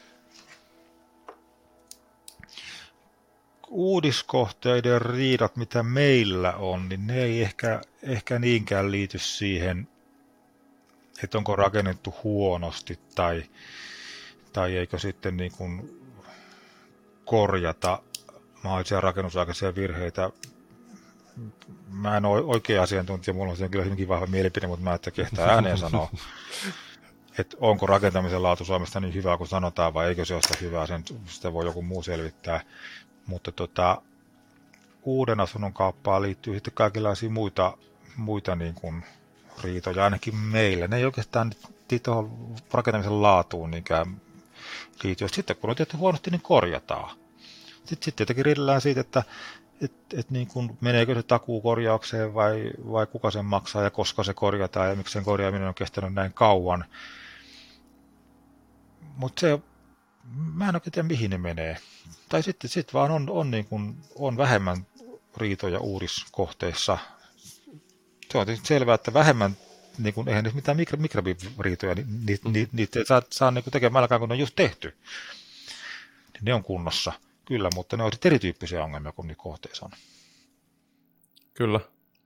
Uudiskohteiden riidat, mitä meillä on, niin ne ei ehkä niinkään liity siihen, että onko rakennettu huonosti tai eikö sitten niin kuin korjata mahdollisia rakennusaikaisia virheitä. Mä en ole oikea asiantuntija, mulla on kyllä hyvinkin vahva mielipide, mutta mä en kehtaa ääneen sanoa, että onko rakentamisen laatu Suomesta niin hyvää kuin sanotaan, vai eikö se ole sitä hyvää, sitä voi joku muu selvittää. Mutta uuden asunnon kauppaan liittyy sitten kaikenlaisia muita niin kuin riitoja, ainakin meillä. Ne ei oikeastaan tuohon rakentamisen laatuun niinkään liity. Sitten kun on tehty huonosti, niin korjataan. Sitten tietenkin riidellään siitä, että niin kuin, meneekö se takuukorjaukseen vai kuka sen maksaa ja koska se korjataan ja miksi sen korjaaminen on kestänyt näin kauan. Mutta Mä en oikein tiedä, mihin ne menee. Tai sitten vaan on, niin kuin, on vähemmän riitoja uudiskohteissa. Se on tietysti selvää, että vähemmän, niin kuin, eihän mitään mikrobiriitoja, niitä ei saa niin tekemään alkaa, kun ne on just tehty. Ne on kunnossa, kyllä, mutta ne on erityyppisiä ongelmia kuin niitä kohteissa on. Kyllä.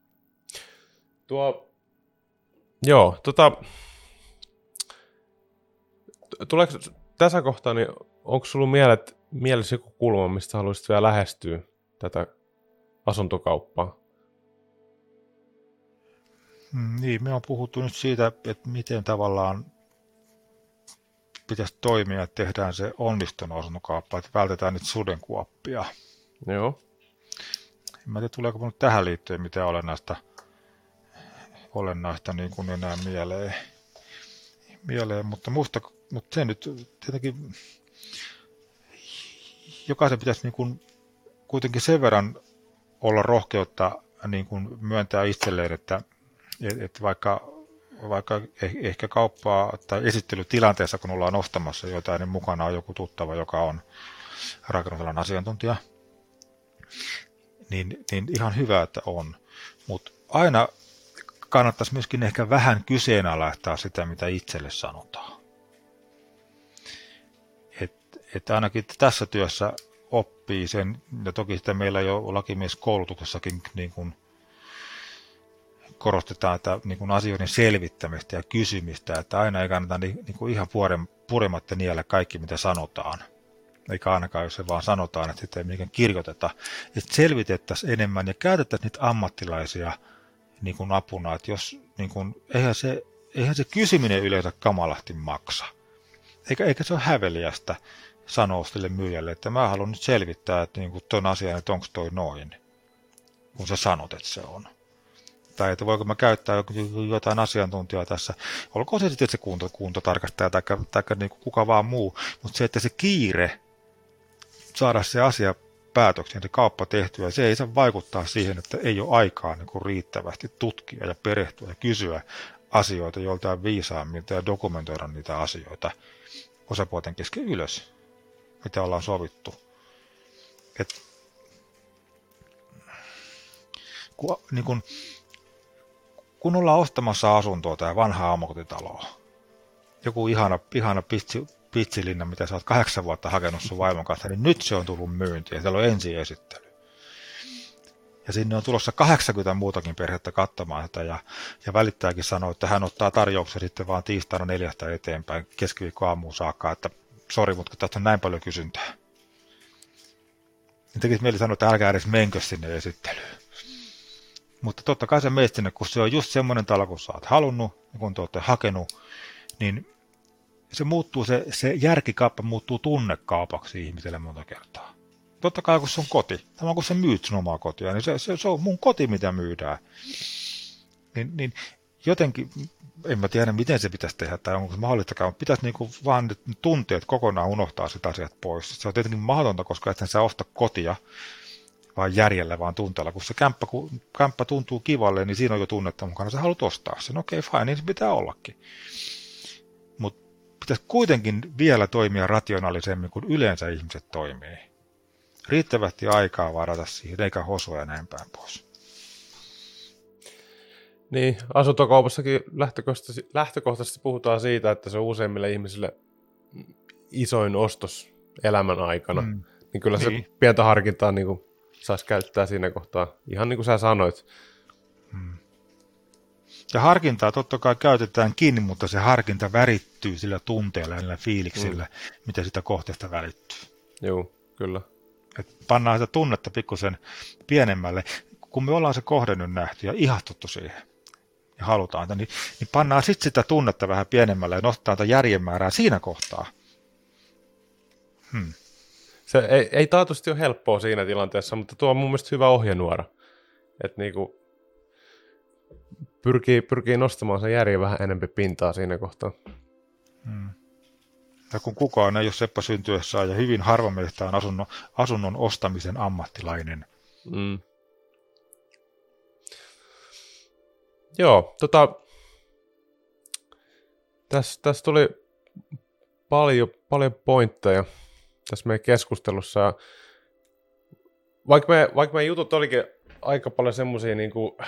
Tuleeko tässä kohtaa, niin onko sinulla mielessä joku kulma, mistä haluaisit vielä lähestyä tätä asuntokauppaa? Niin, me on puhuttu nyt siitä, että miten tavallaan pitäisi toimia, että tehdään se onnistunut asuntokauppa, että vältetään niitä sudenkuoppia. Joo. En tiedä, tuleeko minun tähän liittyen mitään olennaista niin kuin enää mieleen, mutta se nyt tietenkin jokaisen pitäisi niin kuin kuitenkin sen verran olla rohkeutta niin kuin myöntää itselleen, että vaikka ehkä kauppaa tai esittelytilanteessa, kun ollaan ostamassa jotain, niin mukana on joku tuttava, joka on rakennusalan asiantuntija, niin ihan hyvä, että on. Mutta aina kannattaisi myöskin ehkä vähän kyseenalaistaa sitä, mitä itselle sanotaan. Että ainakin tässä työssä oppii sen, ja toki sitä meillä jo lakimieskoulutuksessakin niin kuin korostetaan että niin kuin asioiden selvittämistä ja kysymistä, että aina ei kannata niin kuin ihan purematta niellä kaikki, mitä sanotaan. Eikä ainakaan, jos se vaan sanotaan, että sitä ei mikään kirjoiteta. Että selvitettäisiin enemmän ja käytettäisiin niitä ammattilaisia niin kuin apuna. Että jos, niin kuin, eihän se kysyminen yleensä kamalasti maksa. Eikä se ole häveliästä sanoa sille myyjälle, että mä haluan nyt selvittää, että niin kuin ton asian, että onko toi noin, kun sä sanot, että se on. Tai että voiko mä käyttää jotain asiantuntijaa tässä, olkoon se sitten se kuntotarkastaja tai niin kuin kuka vaan muu, mutta se, että se kiire saada se asia päätökseen, se kauppa tehtyä, se ei saa vaikuttaa siihen, että ei ole aikaa niin kuin riittävästi tutkia ja perehtyä ja kysyä asioita joltain viisaammilta ja dokumentoida niitä asioita osapuolten kesken ylös, mitä ollaan sovittu. Kun ollaan ostamassa asuntoa tai vanhaa omakotitaloa, joku ihana pitsilinna, mitä sä oot 8 vuotta hakenut sun vaimon kanssa, niin nyt se on tullut myyntiin ja siellä on ensiesittely. Ja sinne on tulossa 80 muutakin perhettä katsomaan sitä ja välittäjäkin sanoo, että hän ottaa tarjouksen sitten vaan tiistaina 4 eteenpäin keskiviikko aamuun saakka, että sori, mutta tässä on näin paljon kysyntää. Niin tekisi mieli sanoa, että älkää edes menkö sinne esittelyyn. Mutta totta kai se meistä sinne, kun se on just semmoinen talo, kun sä oot halunnut ja kun te olette hakenut, niin se muuttuu, se järkikauppa muuttuu tunnekaupaksi ihmiselle monta kertaa. Totta kai kun se on koti, tämä kun sä myyt sun omaa kotia, niin se on mun koti, mitä myydään. Niin jotenkin, en mä tiedä miten se pitäisi tehdä tai onko se mahdollistakaan, mutta pitäisi niinku vaan tunteet kokonaan unohtaa sitä asiat pois. Se on tietenkin mahdotonta, koska et sä osta kotia vaan järjellä, vaan tunteella. Kun se kämppä tuntuu kivalle, niin siinä on jo tunnetta mukana. Sä haluat ostaa sen. Okei, fine, niin se pitää ollakin. Mutta pitäisi kuitenkin vielä toimia rationaalisemmin kuin yleensä ihmiset toimii. Riittävästi aikaa varata siihen, eikä hosua ja näin päin pois. Niin, asuntokaupassakin lähtökohtaisesti puhutaan siitä, että se on useimmille ihmisille isoin ostos elämän aikana. Niin kyllä se pientä harkintaa niin kuin saisi käyttää siinä kohtaa, ihan niin kuin sä sanoit. Ja harkintaa totta kai käytetään kiinni, mutta se harkinta värittyy sillä tunteella ja niillä fiiliksillä, mitä sitä kohteesta välittyy. Joo, kyllä. Et pannaan sitä tunnetta pikkusen pienemmälle. Kun me ollaan se kohde nyt nähty ja ihastuttu siihen ja halutaan, niin pannaan sitten sitä tunnetta vähän pienemmälle ja nostetaan tätä järjen määrää siinä kohtaa. Se ei taatusti ole helppoa siinä tilanteessa, mutta tuo on mun mielestä hyvä ohjenuora. Että niinku pyrkii nostamaan sen järjen vähän enemmän pintaa siinä kohtaa. Ja kun kukaan ei ole Seppa syntyessään ja hyvin harva meistä on asunnon ostamisen ammattilainen. Joo, tässä tuli paljon pointteja tässä meidän keskustelussa. Ja vaikka meidän jutut olikin aika paljon semmoisia niinku,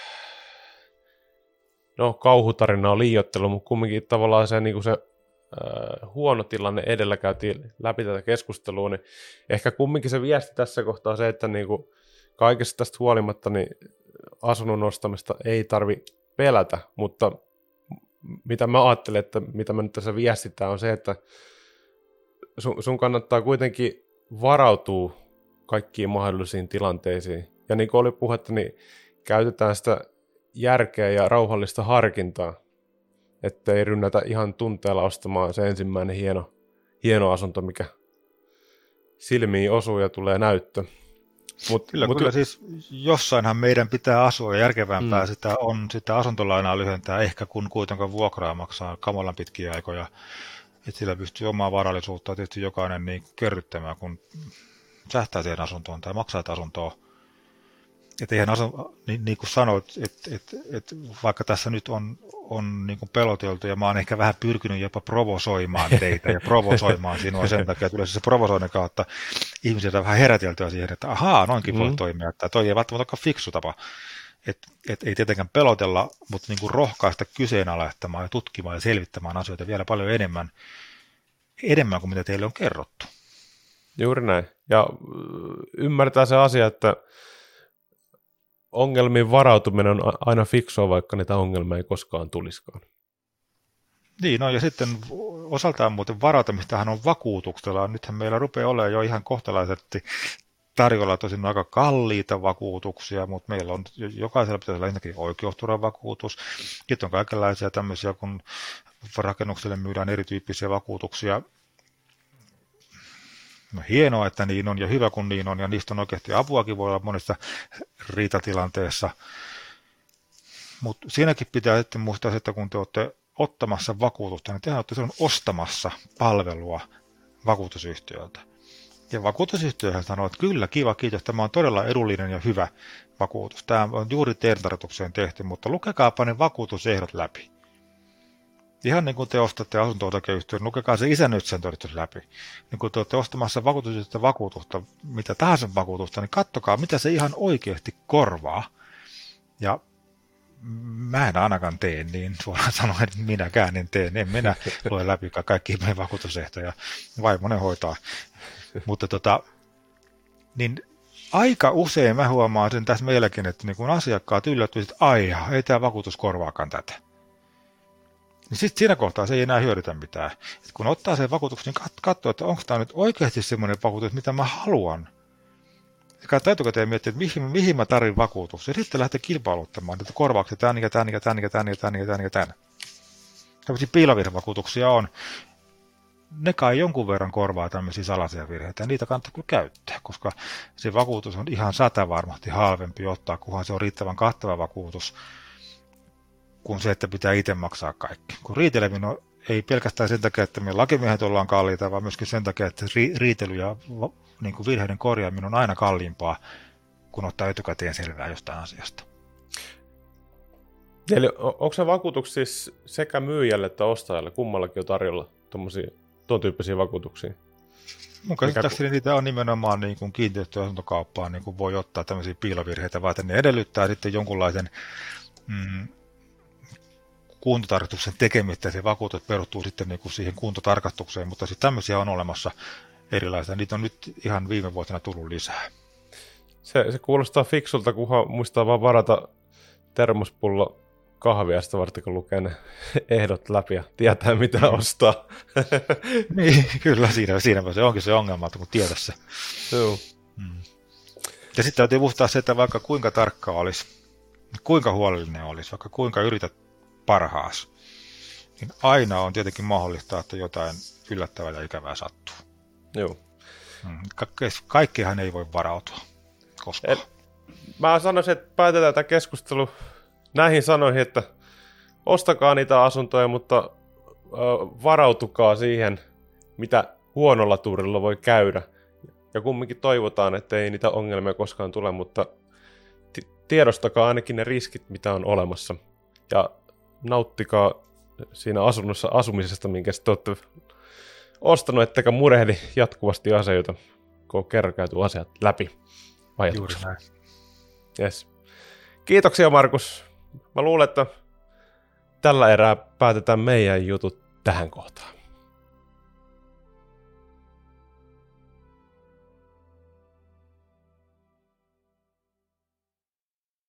kauhutarina on liioittelu, mutta kumminkin tavallaan se, niinku se huono tilanne edellä käytiin läpi tätä keskustelua, niin ehkä kumminkin se viesti tässä kohtaa on se, että niinku kaikesta tästä huolimatta niin asunnon ostamista ei tarvi pelätä, mutta mitä mä ajattelen, että mitä mä nyt tässä viestitään on se, että sun kannattaa kuitenkin varautua kaikkiin mahdollisiin tilanteisiin. Ja niin kuin oli puhetta, niin käytetään sitä järkeä ja rauhallista harkintaa, ettei rynnätä ihan tunteella ostamaan se ensimmäinen hieno asunto, mikä silmiin osuu ja tulee näyttö. Kyllä siis jossainhan meidän pitää asua ja järkevämpää sitä asuntolainaa lyhentää ehkä kun kuitenkaan vuokraa maksaa kamalan pitkiä aikoja. Että sillä pystyy omaa varallisuutta tietysti jokainen niin kerryttämään, kun sähtää siihen asuntoon tai maksaa asuntoa. Että eihän niin kuin sanoit, että vaikka tässä nyt on niin kuin peloteltu ja mä oon ehkä vähän pyrkinyt jopa provosoimaan teitä ja provosoimaan sinua sen takia, että se provosoinnin kautta ihmisiltä vähän heräteltyä siihen, että ahaa, noinkin voi toimia, että toi ei välttämättä ole fiksu tapa. Että ei tietenkään pelotella, mutta niin kuin rohkaista kyseenalaistamaan ja tutkimaan ja selvittämään asioita vielä paljon enemmän kuin mitä teille on kerrottu. Juuri näin. Ja ymmärtää se asia, että ongelmiin varautuminen on aina fiksua, vaikka niitä ongelmia ei koskaan tulisikaan. Niin, no ja sitten osaltaan muuten varautumistahan on vakuutuksella. Nythän meillä rupeaa olemaan jo ihan kohtalaisesti tarjolla tosin aika kalliita vakuutuksia, mutta meillä on jokaisella pitäisi olla ensinnäkin oikeusturvavakuutus. Sitten on kaikenlaisia tämmöisiä, kun rakennukselle myydään erityyppisiä vakuutuksia. No hienoa, että niin on ja hyvä kun niin on ja niistä on oikeasti apuakin voi olla monessa riitatilanteessa. Mutta siinäkin pitää sitten muistaa, että kun te olette ottamassa vakuutusta, niin te olette ostamassa palvelua vakuutusyhtiöltä. Ja vakuutusyhtiöhän sanoo, että kyllä, kiva, kiitos, tämä on todella edullinen ja hyvä vakuutus. Tämä on juuri teidän tarkoitukseen tehty, mutta lukekaapa ne vakuutusehdot läpi. Ihan niin kuin te ostatte asunto-osakeyhtiön, lukekaa se isännöitsijän todistus läpi. Niin kun te olette ostamassa vakuutusta, mitä tahansa vakuutusta, niin katsokaa, mitä se ihan oikeasti korvaa. Ja mä en ainakaan tee niin, suoraan sanoen, että minäkään en tee. En minä lue läpi kaikki meidän vakuutusehtoja. Vaimonen hoitaa. Mutta niin aika usein mä huomaan sen tässä meilläkin, että niin kun asiakkaat yllättyvät, että aijaa, ei tämä vakuutus korvaakaan tätä. Niin sitten siinä kohtaa se ei enää hyödytä mitään. Et kun ottaa sen vakuutuksen, niin katsoo, että onko tämä nyt oikeasti semmoinen vakuutus, mitä mä haluan. Ja kannattaa etukäteen miettiä, että mihin mä tarvitsen vakuutuksen. Ja sitten lähtee kilpailuttamaan, että korvaukset tämän. Tällaisia piilavirhevakuutuksia on. Ne kai jonkun verran korvaa tämmöisiä salaisia virheitä, ja niitä kannattaa kyllä käyttää, koska se vakuutus on ihan satavarmasti halvempi ottaa, kunhan se on riittävän kattava vakuutus, kuin se, että pitää itse maksaa kaikki. Kun riiteleminen ei pelkästään sen takia, että me lakimiehet ollaan kalliita, vaan myöskin sen takia, että riitely ja niin kuin virheiden korjaaminen on aina kalliimpaa, kun ottaa etukäteen selvää jostain asiasta. Eli onko se vakuutus siis sekä myyjälle että ostajalle, kummallakin on tarjolla tuon tyyppisiä vakuutuksia? Mun käsittääkseni niitä on nimenomaan niin kuin kiinteistöasuntokauppaan, niin kuin voi ottaa tämmöisiä piilovirheitä, vaan ne edellyttää sitten jonkunlaisen kuntotarkastuksen tekemistä, se vakuutus perustuu sitten niin kuin siihen kuntotarkastukseen, mutta sitten tämmöisiä on olemassa erilaisia. Niitä on nyt ihan viime vuotena tullut lisää. Se kuulostaa fiksulta, kunhan muistaa vaan varata termospullo kahvia sitä varten, kun lukee ne ehdot läpi ja tietää, mitä ostaa. Niin, kyllä, siinäpä se onkin se ongelma, kun tietää se. Joo. Ja sitten täytyy muistaa se, että vaikka kuinka tarkka olisi, kuinka huolellinen olisi, vaikka kuinka yrität parhaas, niin aina on tietenkin mahdollista, että jotain yllättävää ja ikävää sattuu. Joo. Kaikkihan ei voi varautua koskaan. Mä sanoisin, että päätetään tämä keskustelu näihin sanoihin, että ostakaa niitä asuntoja, mutta varautukaa siihen, mitä huonolla tuurilla voi käydä. Ja kumminkin toivotaan, että ei niitä ongelmia koskaan tule, mutta tiedostakaa ainakin ne riskit, mitä on olemassa. Ja nauttikaa siinä asunnossa asumisesta, minkä te olette ostanut, ettekä murehdi jatkuvasti asioita, kun on kerran käyty asiat läpi. Juuri näin. Yes. Kiitoksia, Markus. Mä luulen, että tällä erää päätetään meidän jutut tähän kohtaan.